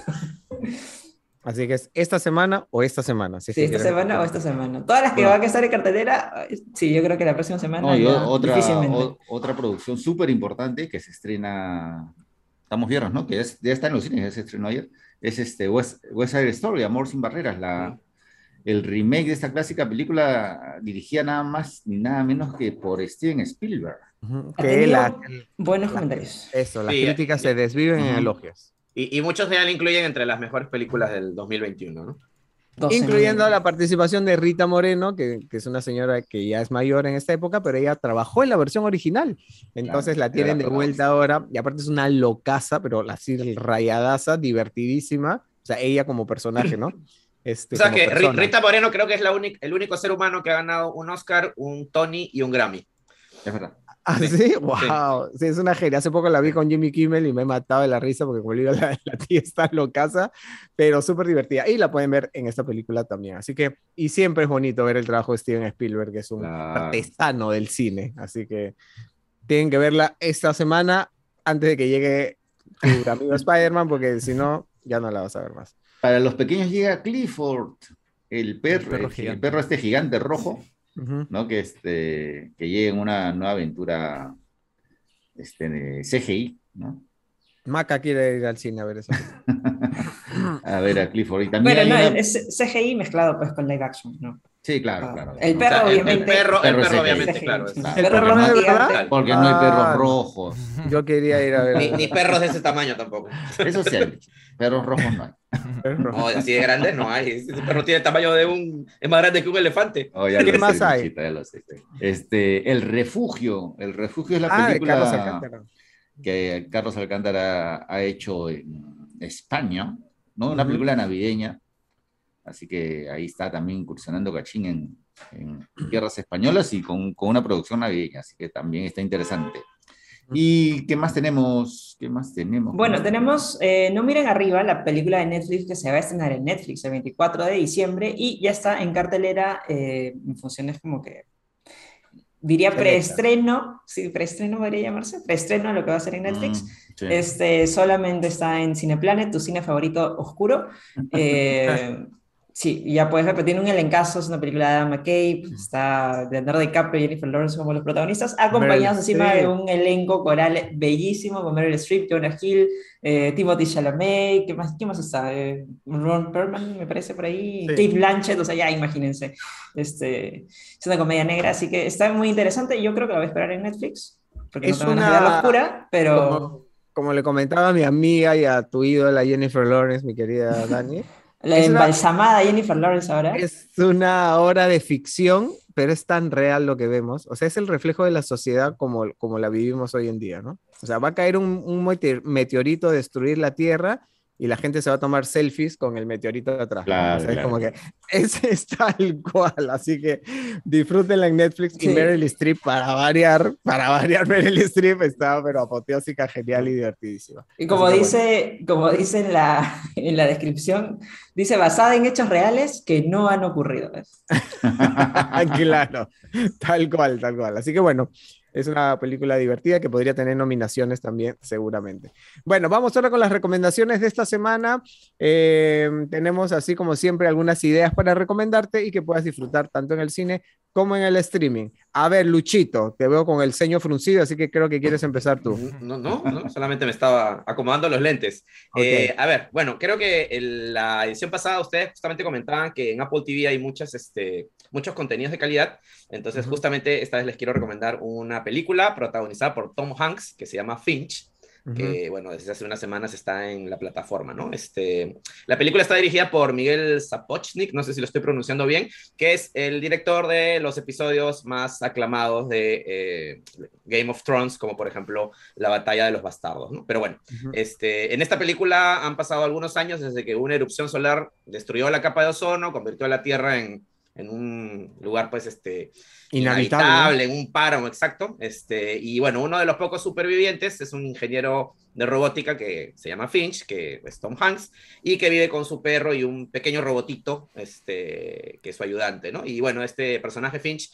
Así que es esta semana o esta semana. Si sí, es esta semana o esta semana. Todas las que bueno. van a estar en cartelera, sí, yo creo que la próxima semana. No, yo, otra, o, otra producción súper importante que se estrena, estamos viernes, ¿no? Que es, ya está en los cines, ya se estrenó ayer. Es este West, West Side Story, Amor sin barreras, la, el remake de esta clásica película dirigida nada más ni nada menos que por Steven Spielberg. Uh-huh. Que la, buenos la, comentarios. Eso, las sí, críticas sí. se desviven uh-huh. en elogios. Y, y muchos ya la incluyen entre las mejores películas del dos mil veintiuno, ¿no? Incluyendo mil. La participación de Rita Moreno, que, que es una señora que ya es mayor en esta época, pero ella trabajó en la versión original. Entonces claro, la tienen de vuelta ahora, y aparte es una locaza, pero así rayadaza, divertidísima. O sea, ella como personaje, ¿no? Este, o sea que persona. Rita Moreno creo que es la única, el único ser humano que ha ganado un Oscar, un Tony y un Grammy. es verdad. ¿Ah, Sí, sí? ¡Wow! Sí, es una genia. Hace poco la vi con Jimmy Kimmel y me he matado de la risa porque, como le digo, la, la tía está locaza, pero súper divertida. Y la pueden ver en esta película también. Así que, y siempre es bonito ver el trabajo de Steven Spielberg, que es un Claro. artesano del cine. Así que tienen que verla esta semana antes de que llegue tu amigo Spider-Man, porque si no, ya no la vas a ver más. Para los pequeños llega Clifford, el perro, perro el, el gigante. perro este gigante rojo, Ujú. ¿no? Que, este, que llega en una nueva aventura este, de C G I, ¿no? Maca quiere ir al cine a ver eso. A ver a Clifford. Y también Bueno, hay no, una... es C G I mezclado pues con live action, ¿no? Sí, claro, Ah, claro. el ¿no? O sea, perro, el, el obviamente. perro, el Perro perro es obviamente, C G I, claro. sí. es- Claro, El perro porque rojo no es verdad. gigante. Porque no hay perros Ah, no. rojos. Yo quería ir a ver. Ni, ni perros de ese tamaño tampoco. Eso sí hay. Perros rojos no hay. Perro. No, así de grandes no hay. Ese perro tiene el tamaño de un... Es más grande que un elefante. Oh, ya ¿Qué lo más sé, hay? Luchita, ya lo sé. Este, El Refugio. El Refugio es la Ah, de Carlos película Alcántara. que Carlos Alcántara ha hecho en España, ¿no? Una Ujú. película navideña. Así que ahí está también incursionando Cachín en, en tierras españolas y con, con una producción navideña. Así que también está interesante. ¿Y qué más tenemos? ¿Qué más tenemos? ¿Qué Bueno, más tenemos eh, No miren arriba, la película de Netflix que se va a estrenar en Netflix el veinticuatro de diciembre y ya está en cartelera eh, en funciones como que, diría Selecta. preestreno, sí, preestreno podría llamarse, preestreno lo que va a ser en Mm, Netflix. sí. Este, solamente está en Cineplanet, tu cine favorito oscuro. Eh, sí, ya puedes ver, pero tiene un elencazo, es una película de Adam McKay, está Leonardo DiCaprio y Jennifer Lawrence como los protagonistas, Meryl acompañados encima de Streep. un elenco coral bellísimo con Meryl Streep, Jonah Hill, eh, Timothée Chalamet, ¿qué más, qué más está? Eh, Ron Perlman, me parece por ahí, Sí. Kate Blanchett, o sea, ya imagínense. Este, es una comedia negra, así que está muy interesante y yo creo que la voy a esperar en Netflix, porque no Es tengo ganas de verla una, oscura, pero como, como le comentaba a mi amiga y a tu ídola Jennifer Lawrence, mi querida Dani, la es una, embalsamada Jennifer Lawrence ahora. es una obra de ficción, pero es tan real lo que vemos. O sea, es el reflejo de la sociedad como, como la vivimos hoy en día, ¿no? O sea, va a caer un, un mete- meteorito a destruir la Tierra y la gente se va a tomar selfies con el meteorito de atrás, ¿no? O Claro, sea, es claro. como que es, es tal cual. Así que disfrútenla en Netflix. Y Sí. Meryl Streep, para variar, para variar, Meryl Streep está, pero apoteósica, genial y divertidísima. Y como Así que, dice, como dice en la, en la descripción, dice basada en hechos reales que no han ocurrido. bueno. Claro, tal cual, tal cual. Así que bueno, es una película divertida que podría tener nominaciones también, seguramente. Bueno, vamos ahora con las recomendaciones de esta semana. Eh, tenemos, así como siempre, algunas ideas para recomendarte y que puedas disfrutar tanto en el cine como en el streaming. A ver, Luchito, te veo con el ceño fruncido, así que creo que quieres empezar tú. No, no, no, solamente me estaba acomodando los lentes. Ok. Eh, a ver, bueno, creo que en la edición pasada ustedes justamente comentaban que en Apple T V hay muchas, este, muchos contenidos de calidad, entonces Ujú. justamente esta vez les quiero recomendar una película protagonizada por Tom Hanks que se llama Finch, que bueno, desde hace unas semanas está en la plataforma, ¿no? Este, la película está dirigida por Miguel Sapochnik, no sé si lo estoy pronunciando bien, que es el director de los episodios más aclamados de eh, Game of Thrones, como por ejemplo La Batalla de los Bastardos, ¿no? Pero bueno, Ujú. este, en esta película han pasado algunos años desde que una erupción solar destruyó la capa de ozono, convirtió a la Tierra en, en un lugar, pues, este, Inhabitable. inhabitable, en un páramo, exacto. Este, y bueno, uno de los pocos supervivientes es un ingeniero de robótica que se llama Finch, que es Tom Hanks, y que vive con su perro y un pequeño robotito, este, que es su ayudante, ¿no? Y bueno, este personaje Finch,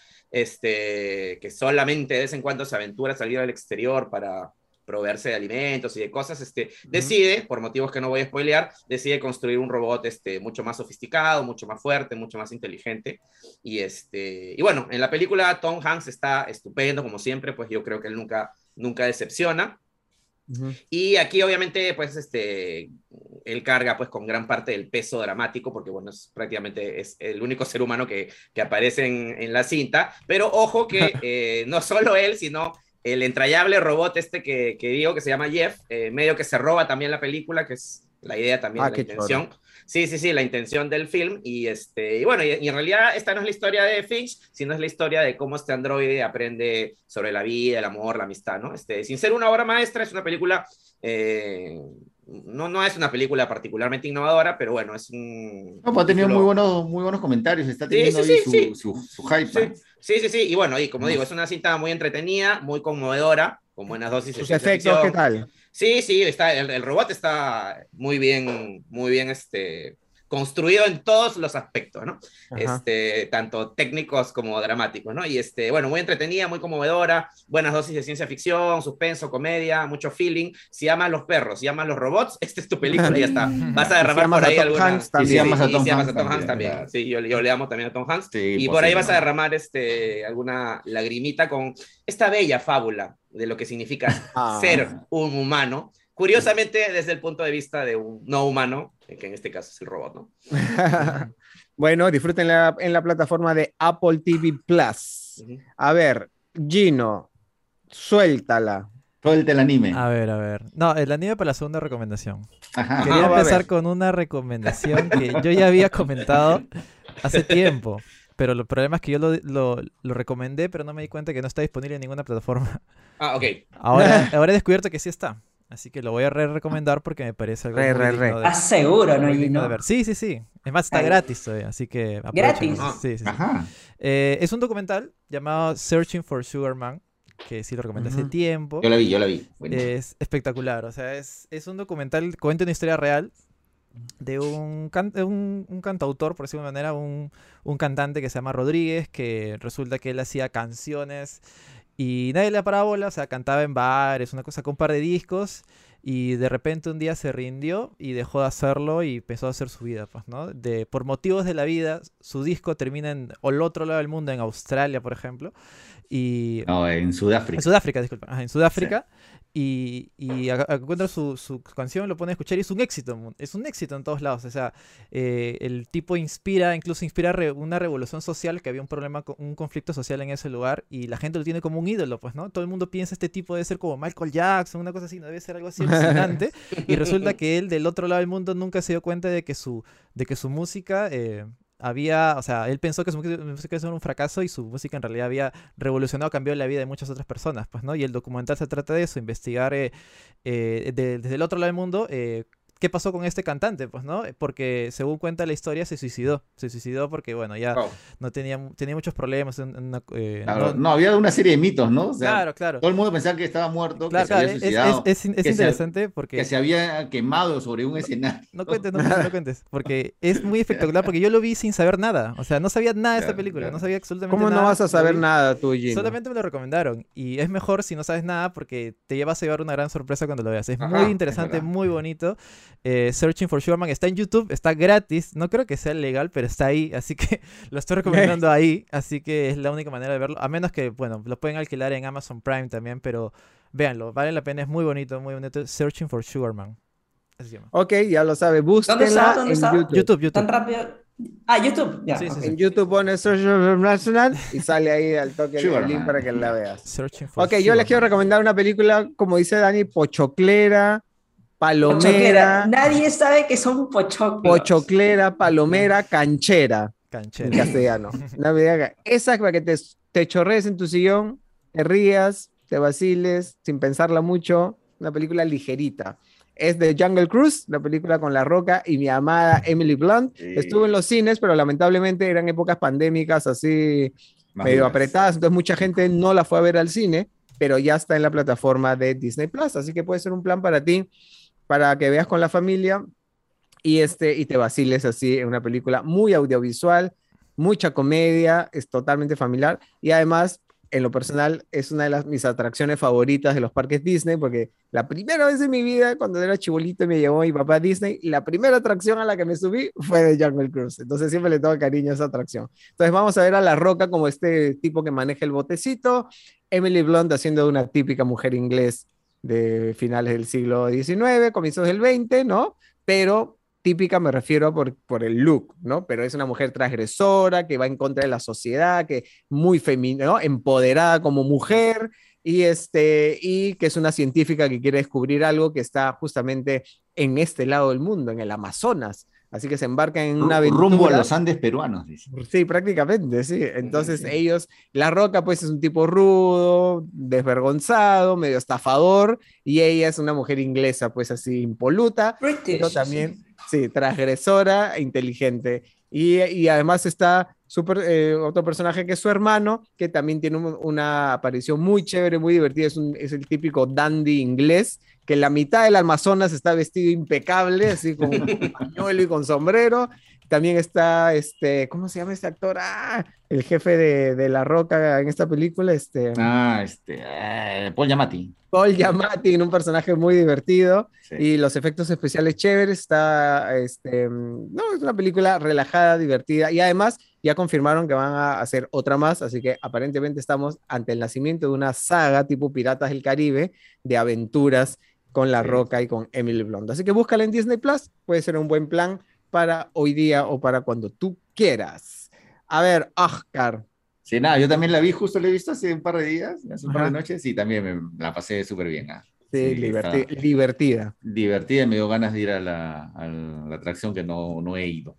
este, que solamente de vez en cuando se aventura a salir al exterior para proveerse de alimentos y de cosas, este, decide, por motivos que no voy a spoilear, decide construir un robot este, mucho más sofisticado, mucho más fuerte, mucho más inteligente. Y, este, y bueno, en la película Tom Hanks está estupendo, como siempre, pues yo creo que él nunca, nunca decepciona. Ujú. Y aquí obviamente pues este él carga pues con gran parte del peso dramático porque bueno es prácticamente es el único ser humano que, que aparece en, en la cinta, pero ojo que eh, no solo él sino el entrañable robot este que, que digo que se llama Jeff, eh, medio que se roba también la película, que es la idea también, Ah, la qué intención. Sí, sí, sí, la intención del film. Y, este, y bueno, y, y en realidad esta no es la historia de Finch, sino es la historia de cómo este androide aprende sobre la vida, el amor, la amistad, ¿no? Este, sin ser una obra maestra, es una película, eh, no, no es una película particularmente innovadora, pero bueno, es un, No, pues un ha tenido muy título... buenos, muy buenos comentarios, está Sí, teniendo sí, ahí sí, su, sí. su, su hype, ¿eh? Sí, sí, sí, sí, y bueno, y como No, digo, es una cinta muy entretenida, muy conmovedora, con buenas dosis de Sus ciencia efectos, ¿qué ficción. tal? Sí, sí, está, el, el robot está muy bien, muy bien este, construido en todos los aspectos, ¿no? Ajá. Este, tanto técnicos como dramáticos, ¿no? Y este, bueno, muy entretenida, muy conmovedora, buenas dosis de ciencia ficción, suspenso, comedia, mucho feeling. Si amas los perros, si amas los robots, esta es tu película y ya está. Vas a Y si derramar amas por a ahí Tom alguna... Hanks Y si Sí, también. amas a sí, y Tom si amas Hanks a Tom Hanks también, también. claro. Sí, yo, yo le amo también a Tom Hanks. Sí, Y por ahí imposible, vas a ¿no? derramar este, alguna lagrimita con esta bella fábula de lo que significa ser Ah. un humano, curiosamente desde el punto de vista de un no humano, que en este caso es el robot, ¿no? Bueno, disfrútenla en la plataforma de Apple T V Plus. Ujú. A ver, Gino, suéltala. Suelta el anime. A ver, a ver. No, el anime para la segunda recomendación. Ajá. Quería Ah, va a empezar ver. con una recomendación que yo ya había comentado hace tiempo, pero el problema es que yo lo, lo, lo recomendé, pero no me di cuenta que no está disponible en ninguna plataforma. Ah, ok. Ahora, ahora he descubierto que sí está, así que lo voy a re-recomendar porque me parece algo Re, muy re, digno re. de, Ah, seguro, ¿no, muy digno de Gino? ver. Sí, sí, sí. Es más, está Ay. gratis todavía, así que ¿Gratis? aprovechenlo. Ah. Sí, sí, sí. Ajá. Eh, es un documental llamado Searching for Sugar Man, que sí lo recomendé hace Ujú. tiempo. Yo la vi, yo la vi. Buenísimo. Es espectacular, o sea, es, es un documental que cuenta una historia real de un, can- de un, un cantautor, por decirlo de una manera, un, un cantante que se llama Rodríguez, que resulta que él hacía canciones y nadie le paraba bola, o sea, cantaba en bares, una cosa con un par de discos, y de repente un día se rindió y dejó de hacerlo y empezó a hacer su vida, pues, ¿no? De, por motivos de la vida, su disco termina en o el otro lado del mundo, en Australia, por ejemplo, y No, en en Sudáfrica. Sudáfrica, disculpa. Ajá, en Sudáfrica. Y, y a- a- encuentra su, su canción, lo pone a escuchar y es un éxito. mu- Es un éxito en todos lados. O sea, eh, el tipo inspira, incluso inspira re- una revolución social, que había un problema, co- un conflicto social en ese lugar. Y la gente lo tiene como un ídolo, pues, ¿no? Todo el mundo piensa este tipo debe ser como Michael Jackson, una cosa así, no debe ser algo así alucinante. Y resulta que él, del otro lado del mundo, nunca se dio cuenta de que su, de que su música... eh, había, o sea, él pensó que su música música iba a ser un fracaso y su música en realidad había revolucionado, cambió la vida de muchas otras personas, pues, ¿no? Y el documental se trata de eso, investigar eh, eh, de- desde el otro lado del mundo eh, qué pasó con este cantante, pues, ¿no? Porque según cuenta la historia se suicidó, se suicidó porque, bueno, ya Wow. no tenía, mu- tenía muchos problemas, en- en una- eh, Claro, no- no, había una serie de mitos, ¿no? O sea, claro, claro. todo el mundo pensaba que estaba muerto, Claro, que se había claro, es, es, suicidado, es, es que, se, interesante que porque... se había quemado sobre un escenario. No cuentes, no cuentes, no cuentes, porque es muy espectacular, porque yo lo vi sin saber nada, o sea, no sabía nada de esta Claro, película, claro. no sabía absolutamente ¿Cómo nada. no vas a lo saber vi. nada tú, Gino? Solamente me lo recomendaron y es mejor si no sabes nada porque te llevas a llevar una gran sorpresa cuando lo veas. Es Ajá, muy es interesante, verdad. muy bonito. Eh, Searching for Sugarman está en YouTube, está gratis. No creo que sea legal, pero está ahí, así que lo estoy recomendando ahí. Así que es la única manera de verlo. A menos que, bueno, lo pueden alquilar en Amazon Prime también, pero véanlo, vale la pena, es muy bonito, muy bonito. Searching for Sugarman. Así se llama. Ok, ya lo sabe, ¿Dónde está? búsquenla ¿Dónde en está? YouTube. YouTube, YouTube. ¿Tan rápido? Ah, YouTube. Ya, Sí, sí, ok. sí. En YouTube pones Social National y sale ahí al toque el Sugarman. link para que la veas. Searching for Ok, yo les Sugarman. quiero recomendar una película, como dice Dani, pochoclera, Pochoclera. palomera, Nadie sabe que son pochoclos. pochoclera, palomera, canchera, en Canchero. castellano. Una película- Esa para que te, te chorrees en tu sillón, te rías, te vaciles, sin pensarla mucho. Una película ligerita. Es de Jungle Cruise, la película con La Roca y mi amada Emily Blunt. Sí. Estuvo en los cines, pero lamentablemente eran épocas pandémicas así Más medio duras. apretadas, entonces mucha gente no la fue a ver al cine, pero ya está en la plataforma de Disney Plus, así que puede ser un plan para ti, para que veas con la familia y, este, y te vaciles así en una película muy audiovisual, mucha comedia, es totalmente familiar y además, en lo personal, es una de las, mis atracciones favoritas de los parques Disney, porque la primera vez en mi vida, cuando era chibolito y me llevó mi papá a Disney, la primera atracción a la que me subí fue de Jungle Cruise, entonces siempre le tengo cariño a esa atracción. Entonces vamos a ver a La Roca como este tipo que maneja el botecito, Emily Blunt haciendo de una típica mujer inglés de finales del siglo diecinueve, comienzos del veinte, ¿no? Pero típica me refiero por, por el look, ¿no? Pero es una mujer transgresora, que va en contra de la sociedad, que muy femenina, ¿no? Empoderada como mujer, y, este, y que es una científica que quiere descubrir algo que está justamente en este lado del mundo, en el Amazonas. Así que se embarcan en una aventura. Rumbo a los Andes peruanos, dice. Sí, prácticamente, sí. Entonces Sí, sí. ellos, La Roca pues es un tipo rudo, desvergonzado, medio estafador, y ella es una mujer inglesa pues así impoluta, pero British, también, sí, transgresora e inteligente. Y, y además está super, eh, otro personaje que es su hermano, que también tiene un- una aparición muy chévere, muy divertida, es, un- es el típico dandy inglés, que en la mitad del Amazonas está vestido impecable, así con pañuelo y con sombrero. También está, este, ¿cómo se llama este actor? Ah, el jefe de, de La Roca en esta película, este, Ah, este, eh, Paul Giamatti. Paul Giamatti, en un personaje muy divertido Sí. y los efectos especiales chéveres. Está, este, no, es una película relajada, divertida y además ya confirmaron que van a hacer otra más, así que aparentemente estamos ante el nacimiento de una saga tipo Piratas del Caribe de aventuras con La Sí. Roca y con Emily Blunt. Así que búscala en Disney Plus, puede ser un buen plan para hoy día o para cuando tú quieras. A ver, Oscar. Sí, nada, yo también la vi, justo la he visto hace un par de días, hace un par de Ajá. noches, y también me la pasé súper bien. Ah. Sí, Sí, liberti- está divertida. divertida y me dio ganas de ir a la, a la atracción que no, no he ido.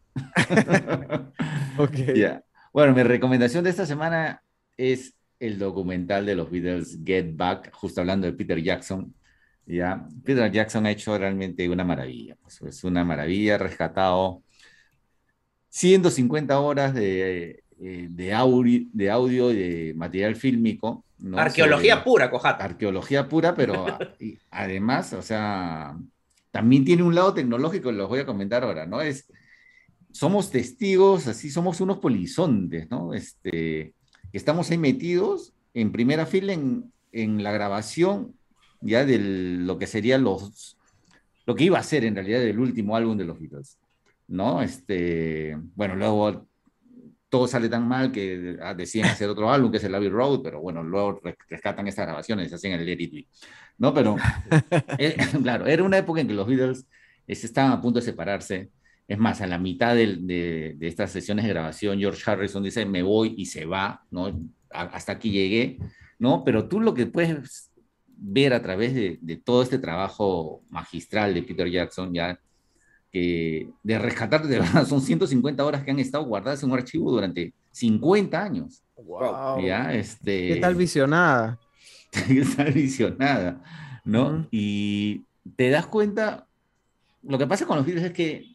Ok. Ya. Bueno, mi recomendación de esta semana es el documental de los Beatles, Get Back, justo hablando de Peter Jackson. Ya. Peter Jackson ha hecho realmente una maravilla. Pues, es una maravilla, ha rescatado ciento cincuenta horas de, eh, de, audio, de audio y de material fílmico, ¿no? Arqueología Sobre pura, Cojata. arqueología pura, pero a- y además, o sea, también tiene un lado tecnológico, los voy a comentar ahora, ¿no? Es, somos testigos, así somos unos polizontes, ¿no? Este, estamos ahí metidos en primera fila en, en la grabación ya de lo que sería los, lo que iba a ser en realidad el último álbum de los Beatles, ¿no? Este, bueno, luego todo sale tan mal que ah, deciden hacer otro álbum que es el Abbey Road, pero bueno, luego rescatan estas grabaciones y se hacen el Let It Be, ¿no? Pero, eh, claro, era una época en que los Beatles eh, estaban a punto de separarse. Es más, a la mitad de, de, de estas sesiones de grabación, George Harrison dice, me voy y se va, ¿no? A, hasta aquí llegué, ¿no? Pero tú lo que puedes ver a través de, de todo este trabajo magistral de Peter Jackson, ya que de rescatar, de verdad, son ciento cincuenta horas que han estado guardadas en un archivo durante cincuenta años. Wow. Ya, ¿Qué tal este, visionada? está visionada, ¿no? Ujú. Y te das cuenta, lo que pasa con los Beatles es que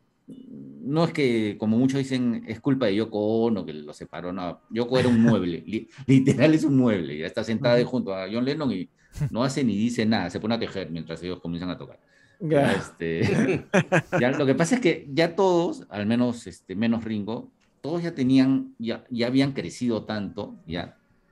no es que, como muchos dicen, es culpa de Yoko Ono que lo separó, no, Yoko era un mueble, li- literal es un mueble, ya está sentada ahí Ujú. junto a John Lennon y no hace ni dice nada, se pone a tejer mientras ellos comienzan a tocar. Ya, Ya. este, ya, lo que pasa es que ya todos, al menos este, menos Ringo, todos ya tenían, ya, ya habían crecido tanto, ya,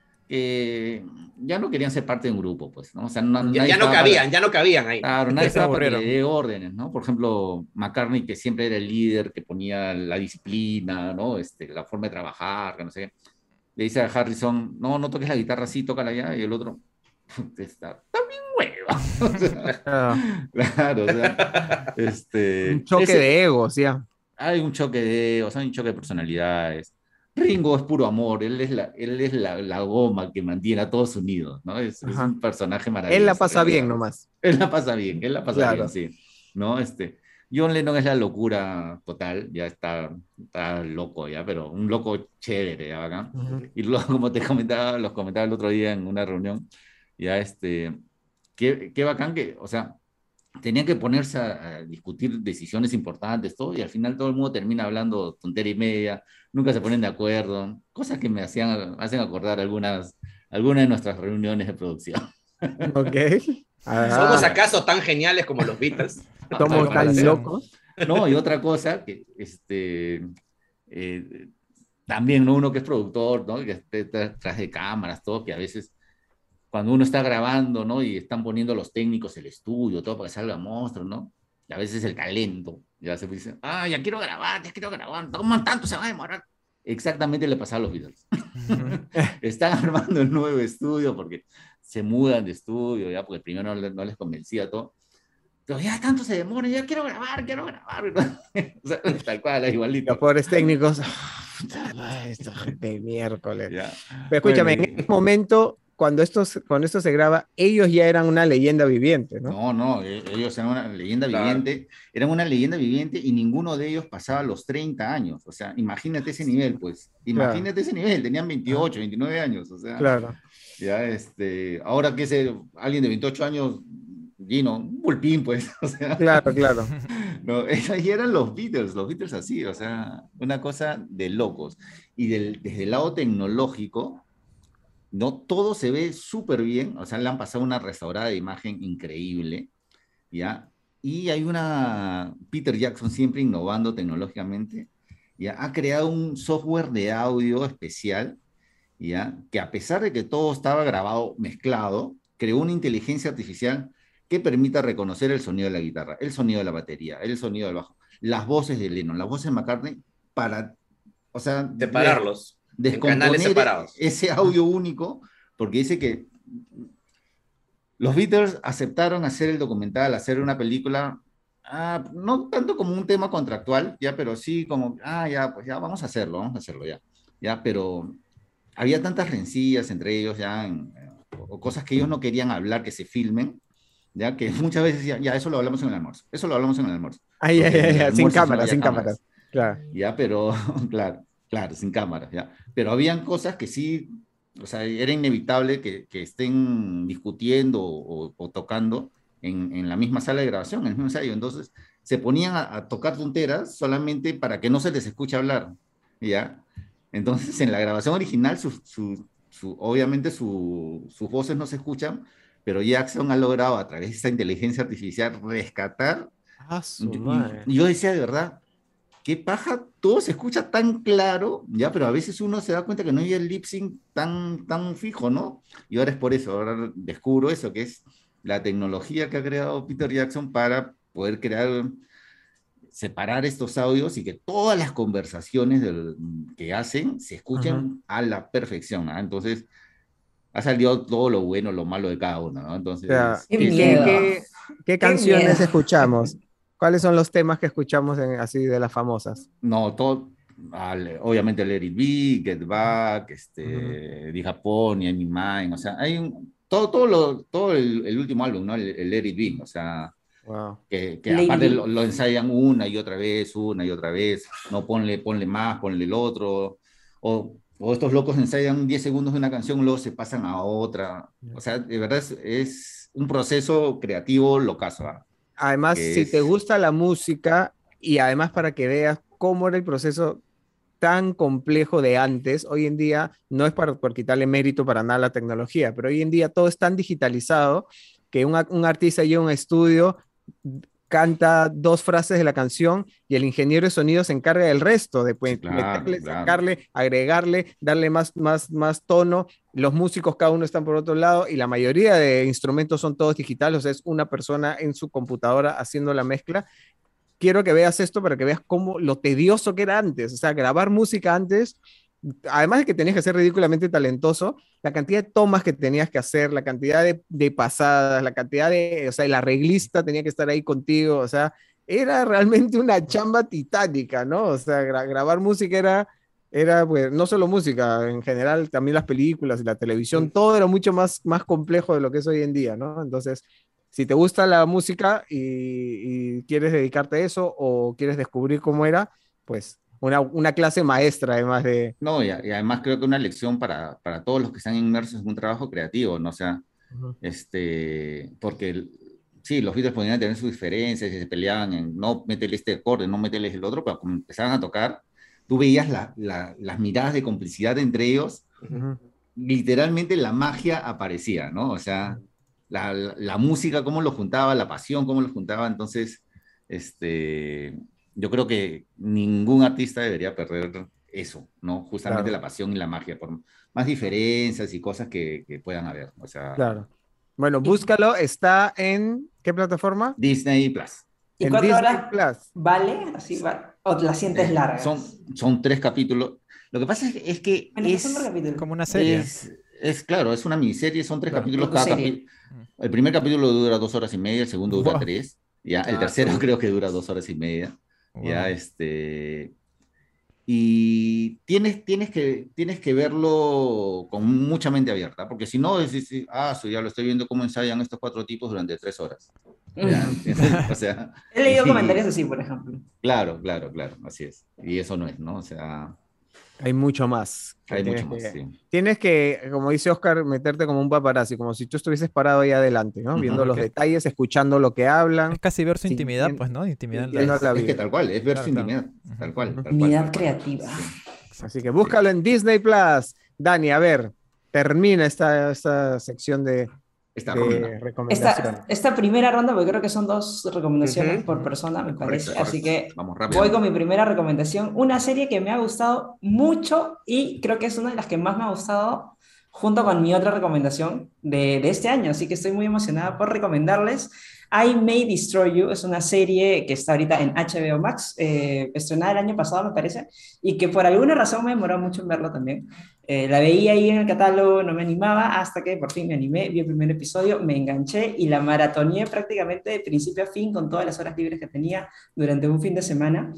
que ya no querían ser parte de un grupo, pues, ¿no? O sea, no- Ya, nadie ya no estaba para, cabían, ya no cabían ahí. claro, nadie Ya se estaba para que le aburrieron. dé órdenes, ¿no? Por ejemplo, McCartney, que siempre era el líder, que ponía la disciplina, ¿no? Este, la forma de trabajar, que no sé qué. Le dice a Harrison, no, no toques la guitarra así, tócala ya, y el otro, está, está bien hueva. O sea, Ah, claro, o sea, un este, choque ese, de egos, ya. hay un choque de, o sea, hay un choque de personalidades. Ringo es puro amor, él es la, él es la, la goma que mantiene a todos unidos, ¿no? Es, es Ajá. un personaje Él la maravilloso, pasa Ringo bien Starr. nomás. Él la pasa bien, él la pasa bien, Claro. sí, ¿no? Este, John Lennon es la locura total, ya está, está loco ya, pero un loco chévere, ya, bacán. Ujú. Y luego, como te comentaba, los comentaba el otro día en una reunión, ya, este, qué, qué bacán que, o sea, tenían que ponerse a, a discutir decisiones importantes, todo, y al final todo el mundo termina hablando tontería y media, nunca se ponen de acuerdo, cosas que me hacían, hacen acordar algunas, algunas de nuestras reuniones de producción. Ok. ¿Somos Ah, acaso tan geniales como los Beatles? No, somos tan comparación. locos. No, y otra cosa, que este, eh, también, ¿no? Uno que es productor, ¿no? Que esté detrás de cámaras, todo, que a veces cuando uno está grabando, ¿no? Y están poniendo los técnicos el estudio, todo para que salga monstruo, ¿no? Y a veces el talento, ya se dice, ah, ya quiero grabar, ya quiero grabar, ¿cómo tanto se va a demorar? Exactamente le pasaba a los Beatles. Están armando el nuevo estudio porque se mudan de estudio, ya, porque primero no, no les convencía todo. Pero ya tanto se demora, ya quiero grabar, quiero grabar. O sea, tal cual, igualito. Los pobres técnicos. Esta gente de miércoles. Ya. Pero escúchame, Bueno, en este momento cuando esto, se- cuando esto se graba, ellos ya eran una leyenda viviente, ¿no? No, no, e- ellos eran una leyenda Claro. viviente, eran una leyenda viviente y ninguno de ellos pasaba los treinta años. O sea, imagínate ese nivel, pues. Imagínate ese nivel, tenían veintiocho, veintinueve años. O sea, Claro. ya este, ahora que es el- alguien de veintiocho años, Gino, un pulpín, pues. O sea, Claro, claro. no, y eran los Beatles, los Beatles así, o sea, una cosa de locos. Y del, desde el lado tecnológico, no todo se ve súper bien, o sea, le han pasado una restaurada de imagen increíble, ¿ya? Y hay una, Peter Jackson siempre innovando tecnológicamente, ¿ya? Ha creado un software de audio especial, ¿ya? Que a pesar de que todo estaba grabado mezclado, creó una inteligencia artificial que permita reconocer el sonido de la guitarra, el sonido de la batería, el sonido del bajo, las voces de Lennon, las voces de McCartney, para, o sea, de- Separarlos en canales descomponer separados. ese audio único, porque dice que los Beatles aceptaron hacer el documental, hacer una película, ah, no tanto como un tema contractual, ya, pero sí como, ah, ya, pues ya vamos a hacerlo, vamos a hacerlo ya, ya, pero había tantas rencillas entre ellos ya, en- o cosas que ellos no querían hablar, que se filmen, ya, que muchas veces ya, ya, eso lo hablamos en el almuerzo, eso lo hablamos en el almuerzo, Ay, ay, porque en ay, el ay, sin almuerzo si no cámara, había sin cámaras. cámara. Claro. Ya, pero claro, claro, sin cámaras, ya. Pero habían cosas que sí, o sea, era inevitable que, que estén discutiendo o, o tocando en, en la misma sala de grabación, en el mismo ensayo. Entonces, se ponían a, a tocar tonteras solamente para que no se les escuche hablar, ¿ya? Entonces, en la grabación original, su, su, su- obviamente su- sus voces no se escuchan, pero Jackson ha logrado a través de esa inteligencia artificial rescatar. Ah, su Y, madre. y yo decía de verdad, qué paja, todo se escucha tan claro, ya, pero a veces uno se da cuenta que no hay el lip sync tan, tan fijo, ¿no? Y ahora es por eso, ahora descubro eso, que es la tecnología que ha creado Peter Jackson para poder crear, separar estos audios y que todas las conversaciones del- que hacen se escuchen Ujú. a la perfección, ¿no? Entonces, ha salido todo lo bueno, lo malo de cada uno, ¿no? O Entonces, sea, ¡Qué ¿qué, qué, miedo! qué, qué ¡Qué canciones miedo! escuchamos? ¿Cuáles son los temas que escuchamos en- así de las famosas? no, todo, al- obviamente Let It Be, Get Back, Ujú. este, The Japón y Mi Mind, o sea, hay un, todo, todo, lo, todo el, el último álbum, ¿no? El, el Let It Be, o sea, Wow. que, que Lady aparte lo, B. lo ensayan una y otra vez, una y otra vez, no ponle, ponle más, ponle el otro, o, o estos locos ensayan diez segundos de una canción, luego se pasan a otra, o sea, de verdad es, es un proceso creativo locazo, ¿ah? Además, Que si te es, gusta la música y además para que veas cómo era el proceso tan complejo de antes, hoy en día no es para, por quitarle mérito para nada a la tecnología, pero hoy en día todo es tan digitalizado que un, a- un artista llega a un estudio, canta dos frases de la canción y el ingeniero de sonido se encarga del resto, de sí, pues, claro, meterle, claro. sacarle, agregarle, darle más, más, más tono. Los músicos cada uno están por otro lado y la mayoría de instrumentos son todos digitales, o sea, es una persona en su computadora haciendo la mezcla. Quiero que veas esto para que veas cómo lo tedioso que era antes. O sea, grabar música antes, además de que tenías que ser ridículamente talentoso, la cantidad de tomas que tenías que hacer, la cantidad de, de pasadas, la cantidad de, o sea, el arreglista tenía que estar ahí contigo, o sea, era realmente una chamba titánica, ¿no? O sea, gra grabar música era, era, pues, no solo música, en general también las películas y la televisión, todo era mucho más, más complejo de lo que es hoy en día, ¿no? Entonces, si te gusta la música y, y quieres dedicarte a eso o quieres descubrir cómo era, pues una, una clase maestra además de... No, y, a- y además creo que una lección para, para todos los que están inmersos en un trabajo creativo, ¿no? O sea, Ujú. este, porque el- sí, los Beatles podían tener sus diferencias y se peleaban en no meterle este acorde, no meterles el otro, pero como empezaban a tocar, tú veías la- la- las miradas de complicidad entre ellos, Ujú. literalmente la magia aparecía, ¿no? O sea, la, la, la música, cómo lo juntaba, la pasión, cómo lo juntaba, entonces, este, yo creo que ningún artista debería perder eso, ¿no? Justamente Claro, la pasión y la magia, por más diferencias y cosas que, que puedan haber, o sea, claro. Bueno, ¿Y, búscalo, está en... ¿Qué plataforma? Disney Plus. y En cuatro Disney horas Plus. vale? Así va. ¿O las sientes Eh, son, largas? son tres capítulos. Lo que pasa es, es que Bueno, es que son por es, capítulo. Como una serie. es, es, claro, es una miniserie, son tres Claro. capítulos cada Docuserie. capítulo. El primer capítulo dura dos horas y media, el segundo dura Wow. tres, ya, el Ah, tercero su- creo que dura dos horas y media, ya, Wow. este, Y tienes, tienes que, tienes que verlo con mucha mente abierta, porque si no, decís, sí, ah, so ya lo estoy viendo cómo ensayan estos cuatro tipos durante tres horas. ¿Ya? ¿Entiendes? O sea, He leído y, comentarios así, por ejemplo. claro, claro, claro, así es. Y eso no es, ¿no? O sea, Hay mucho más que hay tienes mucho más, que, sí. tienes que, como dice Oscar, meterte como un paparazzi, como si tú estuvieses parado ahí adelante, ¿no? Viendo Ujú. los Porque detalles, escuchando lo que hablan, es casi ver su intimidad, sintiendo, pues, ¿no? Intimidad en sintiendo la... Es, la es que vida. tal cual, es ver Claro, su claro. intimidad, tal Ujú, cual, Ujú. tal cual, Unidad tal cual. creativa. Sí, Así que sí. búscalo en Disney Plus. Dani, a ver, termina esta, esta sección de, Esta ronda. de Esta, recomendaciones. esta primera ronda, porque creo que son dos recomendaciones Ujú. por ujú. persona, me Correcto, parece. Así correcto. que Vamos voy con rápidamente. mi primera recomendación. Una serie que me ha gustado mucho y creo que es una de las que más me ha gustado, junto con mi otra recomendación de, de este año. Así que estoy muy emocionada por recomendarles. I May Destroy You es una serie que está ahorita en H B O Max, eh, estrenada el año pasado, me parece, y que por alguna razón me demoró mucho en verlo también. Eh, la veía ahí en el catálogo, no me animaba, hasta que por fin me animé, vi el primer episodio, me enganché y la maratoneé prácticamente de principio a fin con todas las horas libres que tenía durante un fin de semana.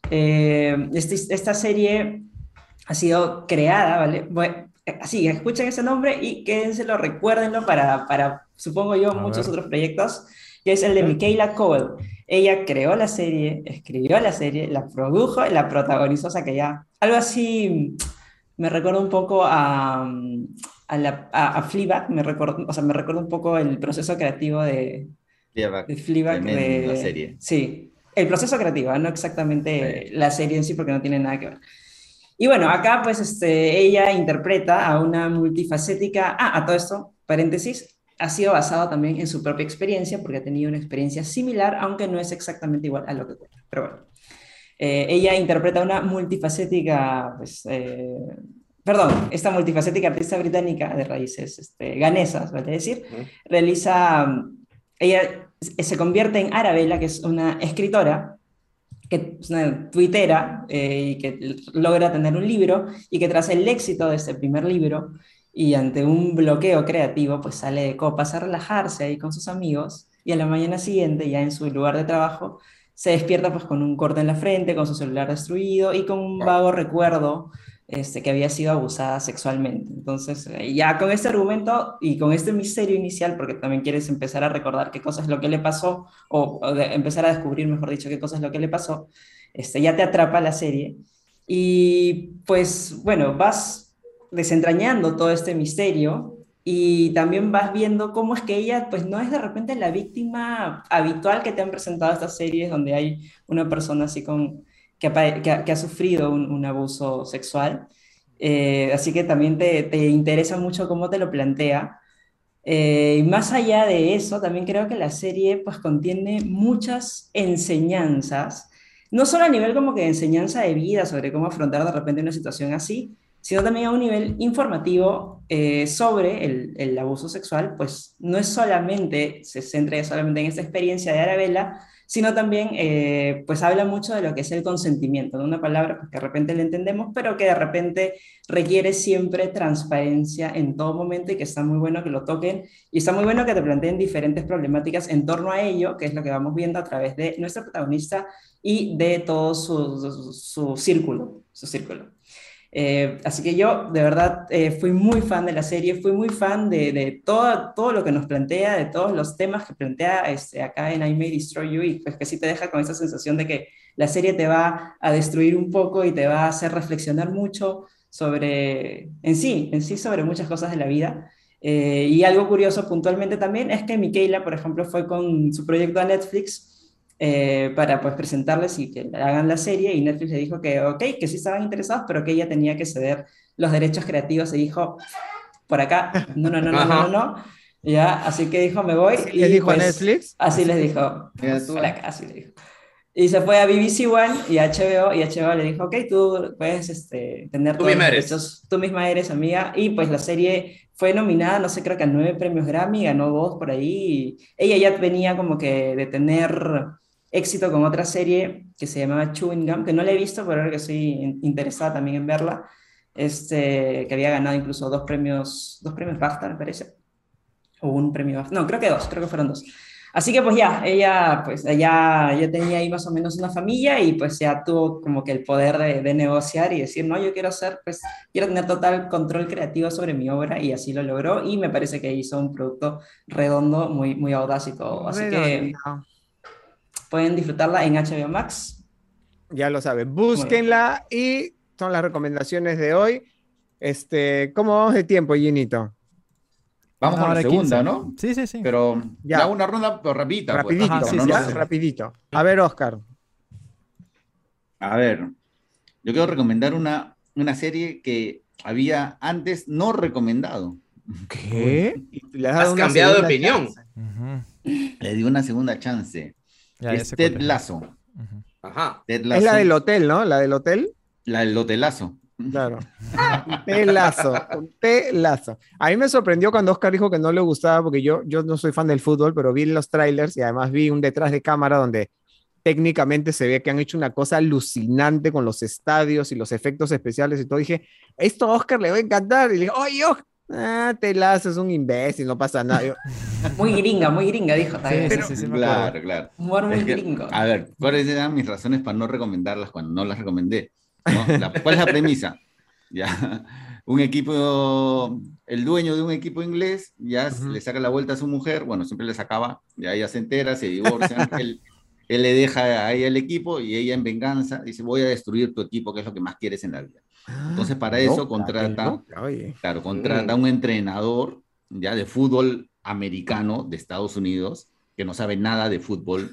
Eh, este, esta serie ha sido creada, ¿vale? Bueno, así, escuchen ese nombre y quédenselo, recuérdenlo para, para, supongo yo, A muchos ver. otros proyectos, que es el de Ujú. Michaela Coel. Ella creó la serie, escribió la serie, la produjo y la protagonizó, o sea que ya, algo así me recuerda un poco a, a, la, a, a Fleabag, me recuerda, o sea, me recuerda un poco el proceso creativo de, Lleva de Fleabag, tremenda de, serie. sí, el proceso creativo, no exactamente Sí. la serie en sí, porque no tiene nada que ver. Y bueno, acá pues este, ella interpreta a una multifacética, ah, a todo esto, paréntesis, ha sido basado también en su propia experiencia, porque ha tenido una experiencia similar, aunque no es exactamente igual a lo que cuenta. Pero bueno, eh, ella interpreta a una multifacética, pues, eh, perdón, esta multifacética artista británica de raíces este, ganesas, vale decir, Ujú. realiza, ella se convierte en Arabella, que es una escritora, que es una tuitera eh, y que logra tener un libro y que tras el éxito de este primer libro y ante un bloqueo creativo, pues sale de copas a relajarse ahí con sus amigos y a la mañana siguiente, ya en su lugar de trabajo, se despierta pues con un corte en la frente, con su celular destruido y con un Wow. vago recuerdo este, que había sido abusada sexualmente. Entonces, eh, ya con este argumento y con este misterio inicial, porque también quieres empezar a recordar qué cosa es lo que le pasó, o, o de empezar a descubrir, mejor dicho, qué cosa es lo que le pasó, este, ya te atrapa la serie. Y pues, bueno, vas desentrañando todo este misterio y también vas viendo cómo es que ella, pues no es de repente la víctima habitual que te han presentado estas series donde hay una persona así con, que, ha, que ha, que ha sufrido un, un, abuso sexual. Eh, así que también te, te interesa mucho cómo te lo plantea. Eh, y más allá de eso, también creo que la serie pues contiene muchas enseñanzas, no solo a nivel como que de enseñanza de vida sobre cómo afrontar de repente una situación así, sino también a un nivel informativo eh, sobre el, el abuso sexual, pues no es solamente, se centra solamente en esta experiencia de Arabella, sino también eh, pues habla mucho de lo que es el consentimiento, de una palabra pues, que de repente le entendemos, pero que de repente requiere siempre transparencia en todo momento y que está muy bueno que lo toquen y está muy bueno que te planteen diferentes problemáticas en torno a ello, que es lo que vamos viendo a través de nuestra protagonista y de todo su, su, su círculo, su círculo. Eh, así que yo, de verdad, eh, fui muy fan de la serie, fui muy fan de, de todo, todo lo que nos plantea, de todos los temas que plantea este, acá en I May Destroy You, y pues que sí te deja con esa sensación de que la serie te va a destruir un poco y te va a hacer reflexionar mucho sobre, en sí, en sí sobre muchas cosas de la vida. Eh, y algo curioso puntualmente también es que Michaela, por ejemplo, fue con su proyecto a Netflix eh, para pues presentarles y que hagan la serie y Netflix le dijo que ok, que sí estaban interesados, pero que ella tenía que ceder los derechos creativos y dijo, por acá, no, no, no, no, no, no, Ajá. no, ya, así que dijo, me voy Así les y dijo a pues Netflix. así Así les les dijo, Mira tú, por ¿eh? acá, así le dijo. Y se fue a B B C One y a H B O, y H B O le dijo, ok, tú puedes este, tener Tú todos los misma eres. derechos, tú misma eres amiga, y pues la serie fue nominada, no sé, creo que a nueve premios Grammy, ganó dos por ahí, y ella ya venía como que de tener éxito con otra serie que se llamaba Chewing Gum, que no la he visto, pero ahora que estoy in- interesada también en verla, este, que había ganado incluso dos premios, dos premios BAFTA, me parece, o un premio BAFTA, no, creo que dos, creo que fueron dos. Así que pues ya, ella pues ya, ya tenía ahí más o menos una familia y pues ya tuvo como que el poder de, de negociar y decir, no, yo quiero hacer, pues quiero tener total control creativo sobre mi obra y así lo logró y me parece que hizo un producto redondo, muy, muy audaz y todo. Así que Redondo. pueden disfrutarla en H B O Max. Ya lo saben, búsquenla y son las recomendaciones de hoy. Este, ¿cómo vamos de tiempo, Ginito? Vamos Una con la hora segunda, quince. ¿no? Sí, sí, sí. Pero Ya. ya una ronda, pero rapidita, pues. Rapidito, Ajá, sí, no sí, nos- ¿ya? sí. Rapidito. A ver, Oscar. A ver, yo quiero recomendar una, una serie que había antes no recomendado. ¿Qué? ¿Y le has Has dado una cambiado de segunda opinión. chance? Ujú. Le di una segunda chance. Ya, ya Es sé cuál Ted es. Lasso. Ujú. Ajá. Ted Es la Lasso, del hotel, ¿no? La del hotel. la del hotelazo. Claro. Un telazo, un telazo. A mí me sorprendió cuando Oscar dijo que no le gustaba, porque yo, yo no soy fan del fútbol, pero vi los trailers y además vi un detrás de cámara donde técnicamente se ve que han hecho una cosa alucinante con los estadios y los efectos especiales y todo. Dije, esto a Oscar le va a encantar. Y le dije, oye, Oscar, ah, telazo, es un imbécil, no pasa nada. Yo, Muy gringa, muy gringa, dijo. Sí, también. sí, sí, sí, me Claro, acuerdo. claro. Humor muy Es que, gringo. a ver, ¿cuáles eran mis razones para no recomendarlas cuando no las recomendé? ¿No? La- ¿cuál es la premisa? Ya, un equipo, el dueño de un equipo inglés ya Ujú. le saca la vuelta a su mujer, bueno, siempre le sacaba, ya ella se entera, se divorcian, él, él le deja a ella el equipo y ella en venganza dice, voy a destruir tu equipo, que es lo que más quieres en la vida. Entonces para eso loca, qué contrata, loca, oye. claro, contrata a Mm. un entrenador ya de fútbol americano de Estados Unidos, que no sabe nada de fútbol,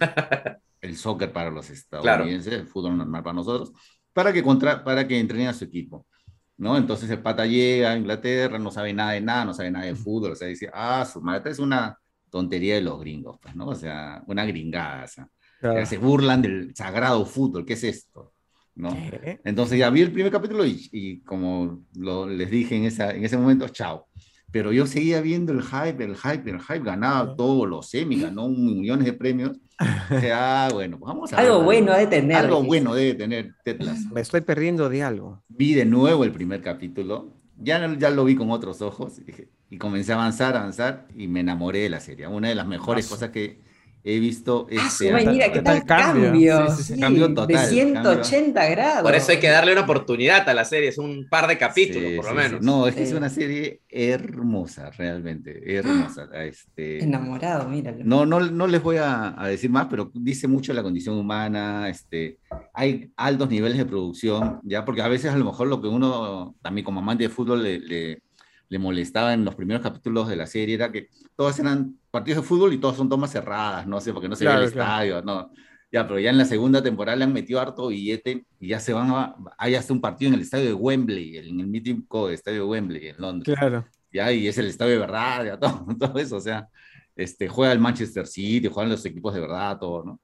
el soccer para los estadounidenses, el fútbol normal para nosotros, para que, contra, para que entrene a su equipo, ¿no? Entonces el pata llega a Inglaterra, no sabe nada de nada, no sabe nada de fútbol, o sea, dice, ah, su madre, es una tontería de los gringos, pues, ¿no? O sea, una gringada, o sea, Claro. ya se burlan del sagrado fútbol, ¿qué es esto? ¿No? ¿Qué? Entonces ya vi el primer capítulo y, y como lo, les dije en, esa, en ese momento, chao. Pero yo seguía viendo el hype, el hype, el hype, ganaba todos los Emmy, ganó millones de premios. Dije, ah, bueno, pues vamos a ver. Algo bueno ha de tener. Algo dijiste. bueno debe tener Ted Lasso. Me estoy perdiendo de algo. Vi de nuevo el primer capítulo, ya, ya lo vi con otros ojos y, dije, y comencé a avanzar, a avanzar y me enamoré de la serie. Una de las mejores Aso. cosas que he visto Ah, este su madre, año. mira, qué ¿Qué tal tal cambio? cambio. Sí, sí, sí. Sí, Cambio de total, ciento ochenta grados. Por eso hay que darle una oportunidad a la serie, es un par de capítulos, Sí, por lo sí, menos. sí. No, es que es Sí. una serie hermosa, realmente, hermosa. Este, Enamorado, míralo. no, no, no les voy a, a decir más, pero dice mucho de la condición humana, este, hay altos niveles de producción, ya, porque a veces a lo mejor lo que uno, también como amante de fútbol, le, le, le molestaba en los primeros capítulos de la serie era que todos eran partidos de fútbol y todos son tomas cerradas, no sé, porque no se Claro, ve el claro. estadio, no. Ya, pero ya en la segunda temporada le han metido harto billete y ya se van a, hay hasta un partido en el estadio de Wembley, en el mítico estadio de Wembley en Londres. Claro. Ya, y es el estadio de verdad, ya, todo, todo eso, o sea, este, juega el Manchester City, juegan los equipos de verdad, todo, ¿no?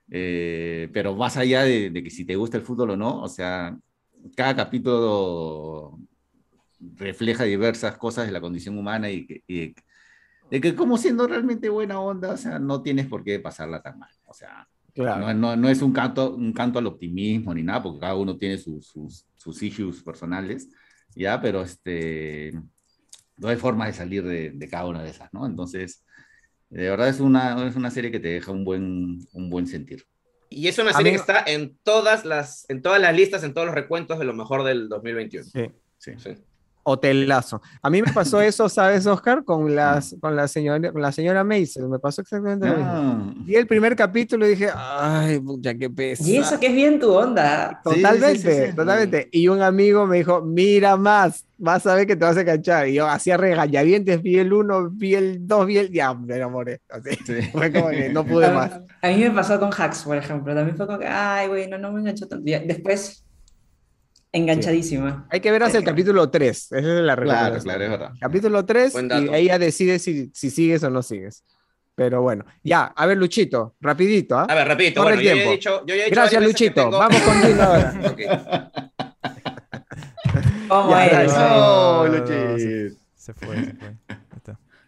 Eh, pero más allá de, de que si te gusta el fútbol o no, o sea, cada capítulo refleja diversas cosas de la condición humana y, que- y de que como siendo realmente buena onda, o sea, no tienes por qué pasarla tan mal, o sea, Claro. no, no, no es un canto, un canto al optimismo ni nada, porque cada uno tiene sus, sus, sus issues personales, ya, pero este, no hay forma de salir de, de cada una de esas, ¿no? Entonces, de verdad es una, es una serie que te deja un buen, un buen sentir. Y es una A serie mí- que está en todas las, en todas las listas, en todos los recuentos de lo mejor del dos mil veintiuno. Sí. Sí. Sí. Hotelazo. A mí me pasó eso, ¿sabes, Oscar? Con, las, con, la, señora, con la señora Maisel. Me pasó exactamente lo mismo. Ah, Vi el primer capítulo y dije, ay, pucha, qué pesa. Y eso que es bien tu onda. Sí, Totalmente, sí, sí, sí. totalmente. Y un amigo me dijo, mira más, vas a ver que te vas a enganchar. Y yo hacía regañadientes, vi el uno, vi el dos, vi el... Ya, me enamoré. Así. sí. Fue como que no pude A, más. a mí me pasó con Hacks, por ejemplo. También fue como que, ay, güey, no, no me enganchó tanto. Ya, después, enganchadísima. Hay que ver hasta el capítulo tres. Esa es la Claro, recomendación. claro, es verdad. Capítulo tres Buen y dato. ella decide si, si sigues o no sigues. Pero bueno, ya, a ver, Luchito, rapidito, ¿ah? A ver, repito, Corre bueno, el yo ya he tiempo. dicho, yo ya he dicho Gracias, varias veces que Luchito. tengo- Vamos con Gino ahora. ¿Cómo Ya, es? dale. güey? No, no, Luchis. Se fue, se fue. Ahí está.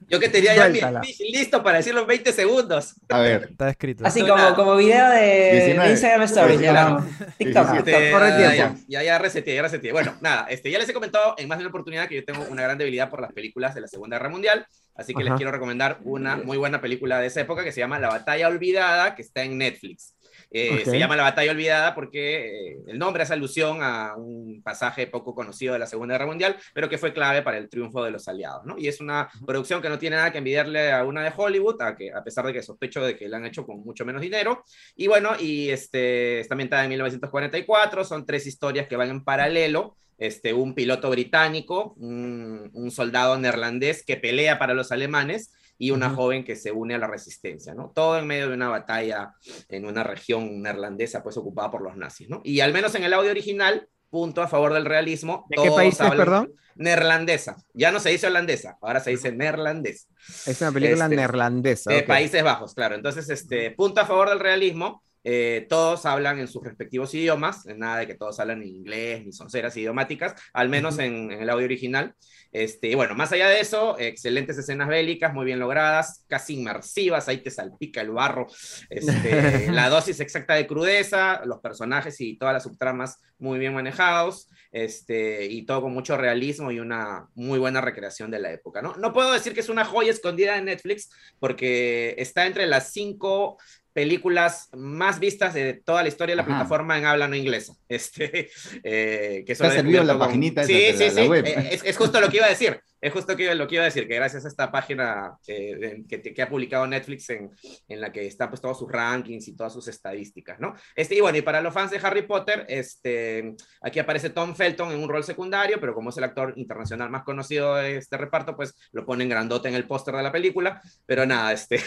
Yo que tenía ya mi Suéltala. speech listo para decirlo en veinte segundos. A ver, Está escrito. Así No, como, nada. como video de, de diecinueve. Instagram Stories, ya Claro. vamos. TikTok, diecisiete. TikTok. Corre el ya, tiempo. Ya, ya, ya reseteé, ya reseteé. Bueno, nada, este, ya les he comentado en más de una oportunidad que yo tengo una gran debilidad por las películas de la Segunda Guerra Mundial, así que Ajá. les quiero recomendar una muy buena película de esa época que se llama La Batalla Olvidada, que está en Netflix. Eh, Ok. Se llama La Batalla Olvidada porque eh, el nombre hace alusión a un pasaje poco conocido de la Segunda Guerra Mundial, pero que fue clave para el triunfo de los aliados, ¿no? Y es una producción que no tiene nada que envidiarle a una de Hollywood, a, que, a pesar de que sospecho de que la han hecho con mucho menos dinero. Y bueno, y este, está ambientada en mil novecientos cuarenta y cuatro, son tres historias que van en paralelo. Este, un piloto británico, un, un soldado neerlandés que pelea para los alemanes y una Ujú. joven que se une a la resistencia, ¿no? Todo en medio de una batalla en una región neerlandesa, pues ocupada por los nazis, ¿no? Y al menos en el audio original, punto a favor del realismo. ¿De qué país es, perdón? Neerlandesa. Ya no se dice holandesa, ahora se dice neerlandesa. Es una película Este, neerlandesa. De ok. Países Bajos, claro. Entonces, este, punto a favor del realismo. Eh, todos hablan en sus respectivos idiomas, nada de que todos hablan en inglés ni sonceras idiomáticas, al menos en, en el audio original. Este, bueno, más allá de eso, excelentes escenas bélicas, muy bien logradas, casi inmersivas, ahí te salpica el barro, este, la dosis exacta de crudeza, los personajes y todas las subtramas muy bien manejados, este, y todo con mucho realismo y una muy buena recreación de la época, ¿no? No puedo decir que es una joya escondida en Netflix, porque está entre las cinco películas más vistas de toda la historia de la Ajá. plataforma en habla no inglesa. Este, eh, que Te ha solo he servido la descubierto con- paginita esa Sí, de sí, la- la sí. web. Eh, Es, es justo lo que iba a decir. Es justo que, lo que iba a decir, que gracias a esta página eh, de- que, que ha publicado Netflix en, en la que están pues todos sus rankings y todas sus estadísticas, ¿no? Este, y bueno, y para los fans de Harry Potter, este, aquí aparece Tom Felton en un rol secundario, pero como es el actor internacional más conocido de este reparto, pues lo ponen grandote en el póster de la película, pero nada, este,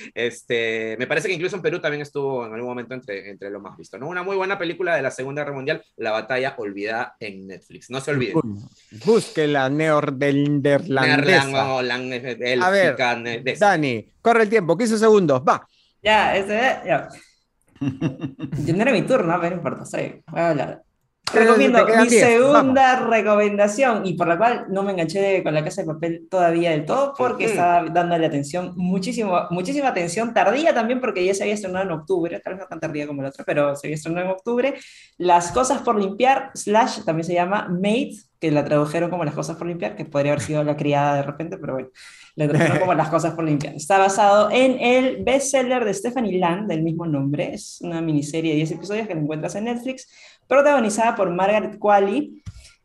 este, me parece que incluso en Perú también estuvo en algún momento entre, entre lo más visto, ¿no? Una muy buena película de la Segunda Guerra Mundial, La Batalla Olvidada en Netflix, no se olviden. Bu- Búsquela neerlandesa. Neerlandesa. A ver, Dani, corre el tiempo, quince segundos, va. Ya, este, ya. Yo no era mi turno, pero no importa, está bien, voy a hablar. Te Recomiendo quedan mi diez, segunda recomendación y por la cual no me enganché con La Casa de Papel todavía del todo porque Ujú. estaba dándole atención, muchísimo, muchísima atención, tardía también porque ya se había estrenado en octubre, tal vez no tan tardía como la otra, pero se había estrenado en octubre. Las cosas por limpiar, slash, también se llama Maid, que la tradujeron como Las cosas por limpiar, que podría haber sido La criada de repente, pero bueno, la tradujeron como Las cosas por limpiar. Está basado en el bestseller de Stephanie Land, del mismo nombre, es una miniserie de diez episodios que la encuentras en Netflix, protagonizada por Margaret Qualley.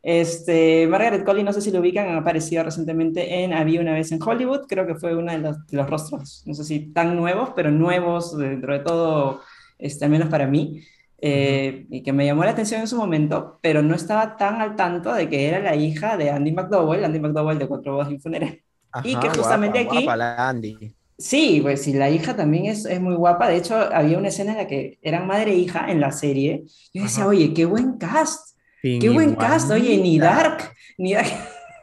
Este, Margaret Qualley, no sé si lo ubican, ha aparecido recientemente en Había una vez en Hollywood, creo que fue uno de los, de los rostros, no sé si tan nuevos, pero nuevos dentro de todo, este, al menos para mí, eh, y que me llamó la atención en su momento, pero no estaba tan al tanto de que era la hija de Andy McDowell, Andy McDowell de Cuatro bodas y un funeral. Y que Ajá, justamente guapa, aquí... guapa la Andy. Sí, pues sí, la hija también es, es muy guapa. De hecho, había una escena en la que eran madre e hija en la serie. Yo decía, Ajá. oye, qué buen cast, Fin qué buen cast, oye, ni igualita. Dark, ni Dark.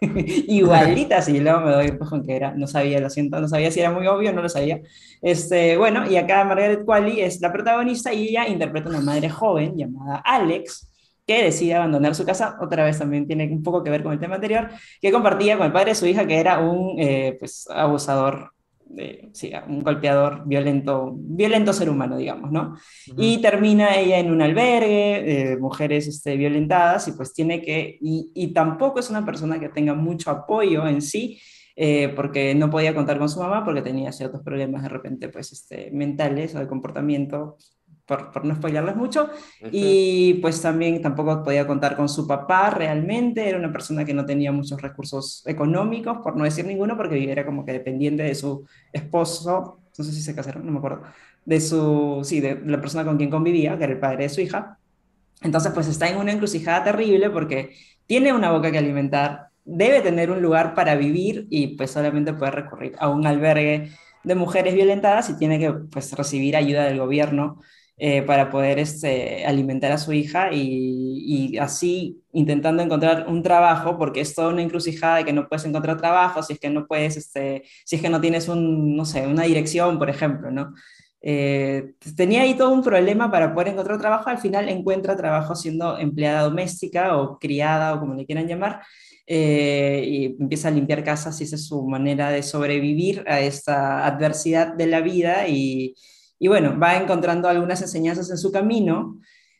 Igualitas, y luego me doy pues, con que era, no sabía, lo siento, no sabía si era muy obvio, no lo sabía. Este, bueno, y acá Margaret Qualley es la protagonista y ella interpreta a una madre joven llamada Alex, que decide abandonar su casa, otra vez también tiene un poco que ver con el tema anterior, que compartía con el padre de su hija, que era un eh, pues, abusador, de, sí, un golpeador violento, violento ser humano, digamos, ¿no? Ujú. Y termina ella en un albergue de mujeres este, violentadas y pues tiene que, y, y tampoco es una persona que tenga mucho apoyo en sí, eh, porque no podía contar con su mamá porque tenía ciertos problemas de repente pues este, mentales o de comportamiento, por, por no spoilerles mucho, Ujú. y pues también tampoco podía contar con su papá realmente, era una persona que no tenía muchos recursos económicos, por no decir ninguno, porque era como que dependiente de su esposo, no sé si se casaron, no me acuerdo, de su, sí, de la persona con quien convivía, que era el padre de su hija. Entonces pues está en una encrucijada terrible porque tiene una boca que alimentar, debe tener un lugar para vivir y pues solamente puede recurrir a un albergue de mujeres violentadas y tiene que pues recibir ayuda del gobierno eh, para poder este, alimentar a su hija y, y así intentando encontrar un trabajo, porque es toda una encrucijada de que no puedes encontrar trabajo si es que no puedes, este, si es que no tienes un, no sé, una dirección, por ejemplo, ¿no? Eh, tenía ahí todo un problema para poder encontrar trabajo. Al final encuentra trabajo siendo empleada doméstica o criada o como le quieran llamar, eh, y empieza a limpiar casas y esa es su manera de sobrevivir a esta adversidad de la vida y, y bueno, va encontrando algunas enseñanzas en su camino,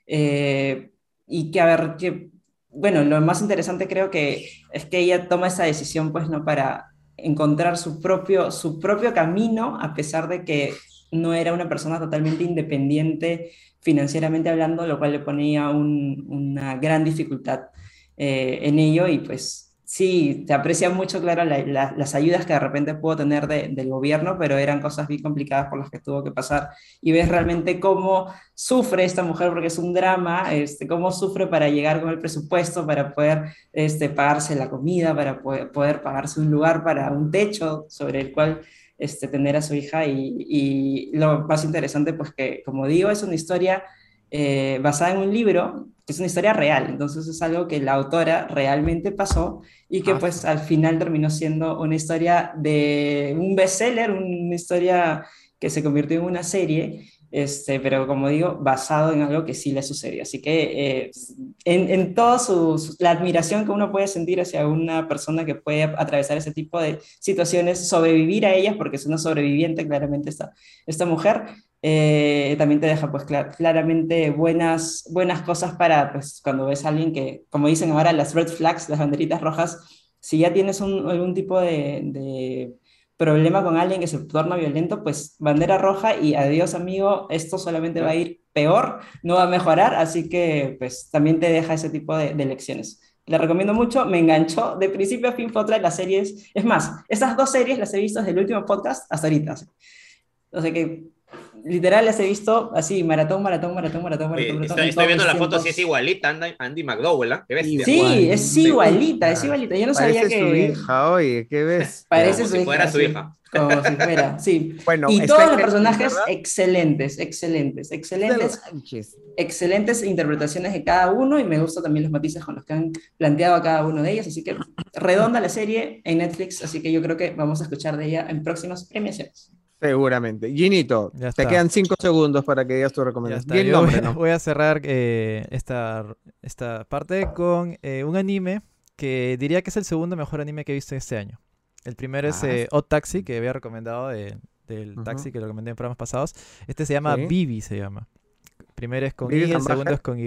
eh, y que a ver, que, bueno, lo más interesante creo que es que ella toma esa decisión pues no para encontrar su propio, su propio camino a pesar de que no era una persona totalmente independiente financieramente hablando, lo cual le ponía un, una gran dificultad eh, en ello y pues sí, te aprecia mucho, claro, la, la, las ayudas que de repente pudo tener de, del gobierno, pero eran cosas bien complicadas por las que tuvo que pasar y ves realmente cómo sufre esta mujer, porque es un drama, este, cómo sufre para llegar con el presupuesto, para poder este, pagarse la comida, para poder, poder pagarse un lugar, para un techo sobre el cual este, tener a su hija y, y, lo más interesante, pues que, como digo, es una historia eh, basada en un libro, que es una historia real, entonces es algo que la autora realmente pasó y que Ah, pues al final terminó siendo una historia de un bestseller, una historia que se convirtió en una serie, este, pero como digo, basado en algo que sí le sucedió. Así que eh, en, en toda su, su, la admiración que uno puede sentir hacia una persona que puede atravesar ese tipo de situaciones, sobrevivir a ellas, porque es una sobreviviente claramente esta, esta mujer, eh, también te deja pues clar, claramente buenas, buenas cosas para pues cuando ves a alguien que, como dicen ahora, las red flags, las banderitas rojas, si ya tienes un, algún tipo de, de problema con alguien que se torna violento, pues bandera roja y adiós amigo, esto solamente va a ir peor, no va a mejorar, así que pues también te deja ese tipo de, de lecciones. Le recomiendo mucho, me enganchó de principio a fin, fue otra de las series, es más, esas dos series las he visto desde el último podcast hasta ahorita, o sea que literal las he visto así, maratón, maratón, maratón, maratón, maratón, Oye, maratón, estoy, en estoy todos viendo mis la foto, sí es tiempos. igualita, Andy, Andy McDowell, ¿ah? Qué bestia. Sí, es igualita, es igualita. igualita. Yo no sabía Parece su que hija, oye, qué bestia. parece Como su si fuera hija, su sí, hija. como si fuera, sí. Bueno, Y está todos en los Netflix, personajes ¿verdad? excelentes, excelentes, No excelentes, manches. excelentes interpretaciones de cada uno y me gustan también los matices con los que han planteado a cada uno de ellos. Así que redonda la serie en Netflix, así que yo creo que vamos a escuchar de ella en próximas premiaciones. Seguramente. Ginito, Ya te está. quedan cinco segundos para que digas tu Ya recomendación. está. Di el Yo voy, nombre, ¿no? voy a cerrar eh, esta, esta parte con eh, un anime que diría que es el segundo mejor anime que he visto este año. El primero es Ah, eh, Odd Taxi, que había recomendado de- del ujú. taxi, que lo recomendé en programas pasados. Este se llama Sí. Vivi, se llama. Primero es con Vivi I, el segundo Zambaja. es con Y.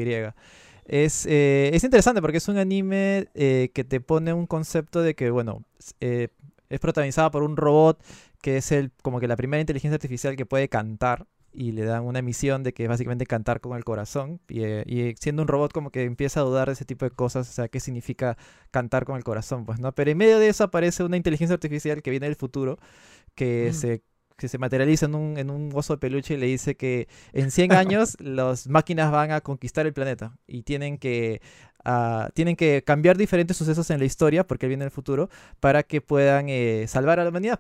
Es, eh, es interesante porque es un anime eh, que te pone un concepto de que, bueno, s- eh, es protagonizado por un robot que es el, como que la primera inteligencia artificial que puede cantar y le dan una misión de que es básicamente cantar con el corazón y, eh, y siendo un robot como que empieza a dudar de ese tipo de cosas, o sea, qué significa cantar con el corazón, pues, ¿no? Pero en medio de eso aparece una inteligencia artificial que viene del futuro que Mm. se que se materializa en un, en un oso de peluche y le dice que en cien años las máquinas van a conquistar el planeta y tienen que, ah, tienen que cambiar diferentes sucesos en la historia, porque él viene del futuro, para que puedan eh, salvar a la humanidad.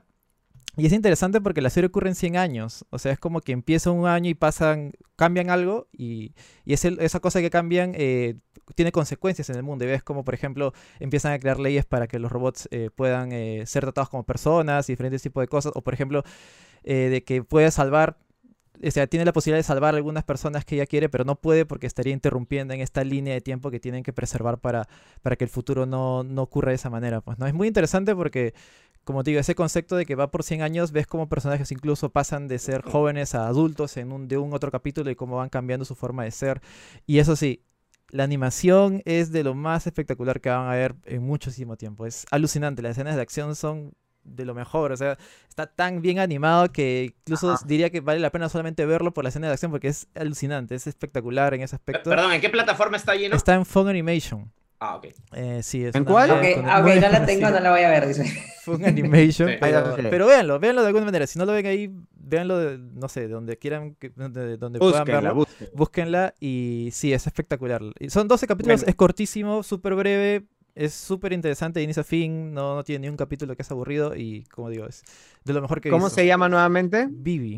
Y es interesante porque la serie ocurre en cien años, o sea, es como que empieza un año y pasan, cambian algo y, y ese- esa cosa que cambian eh, tiene consecuencias en el mundo. Y ves como, por ejemplo, empiezan a crear leyes para que los robots eh, puedan eh, ser tratados como personas y diferentes tipos de cosas. O, por ejemplo, eh, de que puede salvar, o sea, tiene la posibilidad de salvar a algunas personas que ella quiere, pero no puede porque estaría interrumpiendo en esta línea de tiempo que tienen que preservar para, para que el futuro no, no ocurra de esa manera. Pues, ¿no? Es muy interesante porque, como te digo, ese concepto de que va por cien años, ves cómo personajes incluso pasan de ser jóvenes a adultos en un, de un otro capítulo y cómo van cambiando su forma de ser. Y eso sí, la animación es de lo más espectacular que van a ver en muchísimo tiempo. Es alucinante, las escenas de acción son de lo mejor, o sea, está tan bien animado que incluso Ajá. diría que vale la pena solamente verlo por la escena de acción porque es alucinante, es espectacular en ese P- aspecto. Perdón, ¿en qué plataforma está lleno? Está en Fun Animation. Ah, ok. Eh, sí, es ¿En una cuál? Ok, media con- ah, ok, muy no la tengo, desconocida. no la voy a ver, dice. Fun Animation, Sí. Ah, ya pero, sé. pero véanlo, véanlo de alguna manera. Si no lo ven ahí, véanlo, de, no sé, de donde quieran, que- donde, donde puedan Búsquenla, verlo. búsquenla. Búsquenla y sí, es espectacular. Y son doce capítulos, Bueno. es cortísimo, súper breve, es súper interesante de inicio a fin, no, no tiene ni un capítulo que es aburrido y, como digo, es de lo mejor que he ¿Cómo visto. se llama nuevamente? Vivi.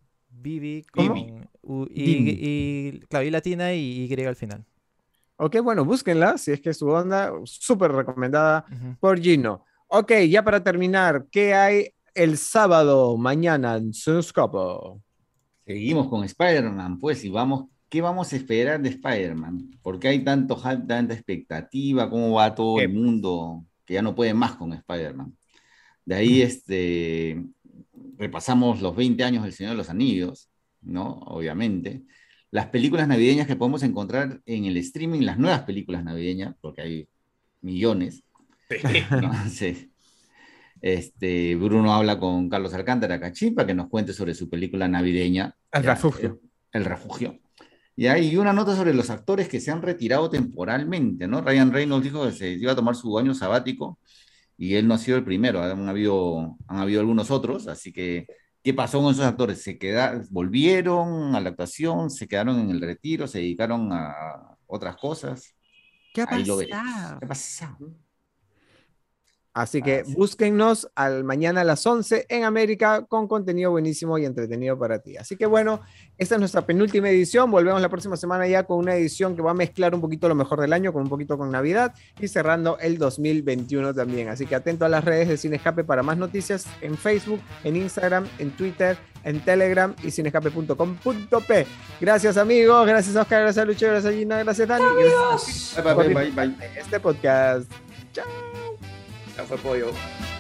Vivi ¿Cómo? con U- y, Vivi. y, claro, y latina y Y al final. Ok, bueno, búsquenla, si es que es su onda, súper recomendada Ujú. por Gino. Ok, ya para terminar, ¿qué hay el sábado mañana en Sunscopo? Seguimos con Spider-Man, pues, y vamos, ¿qué vamos a esperar de Spider-Man? ¿Por qué hay tanto hype, tanta expectativa? ¿Cómo va todo el mundo que ya no puede más con Spider-Man? De ahí, este, repasamos los veinte años del Señor de los Anillos, ¿no? Obviamente. Las películas navideñas que podemos encontrar en el streaming, las nuevas películas navideñas, porque hay millones, ¿no? Sí. Este, Bruno habla con Carlos Alcántara Cachín para que nos cuente sobre su película navideña. El ya, refugio. El, el refugio. Y hay una nota sobre los actores que se han retirado temporalmente, ¿no? Ryan Reynolds dijo que se iba a tomar su año sabático y él no ha sido el primero, han habido, han habido algunos otros, así que, ¿qué pasó con esos actores? ¿Se quedaron, volvieron a la actuación, se quedaron en el retiro, se dedicaron a otras cosas? ¿Qué ha Ahí lo pasado? veremos. ¿Qué ha pasado? Así que Ah, sí. búsquennos al mañana a las once en América con contenido buenísimo y entretenido para ti. Así que bueno, esta es nuestra penúltima edición. Volvemos la próxima semana ya con una edición que va a mezclar un poquito lo mejor del año con un poquito con Navidad y cerrando el dos mil veintiuno también. Así que atento a las redes de Cine Escape para más noticias en Facebook, en Instagram, en Twitter, en Telegram y cinescape punto com punto pe. Gracias amigos, gracias Oscar, gracias Lucho, gracias Gina, gracias Dani. Gracias Bye, bye, bye, bye, bye. este podcast. Chao. Ya fue pollo.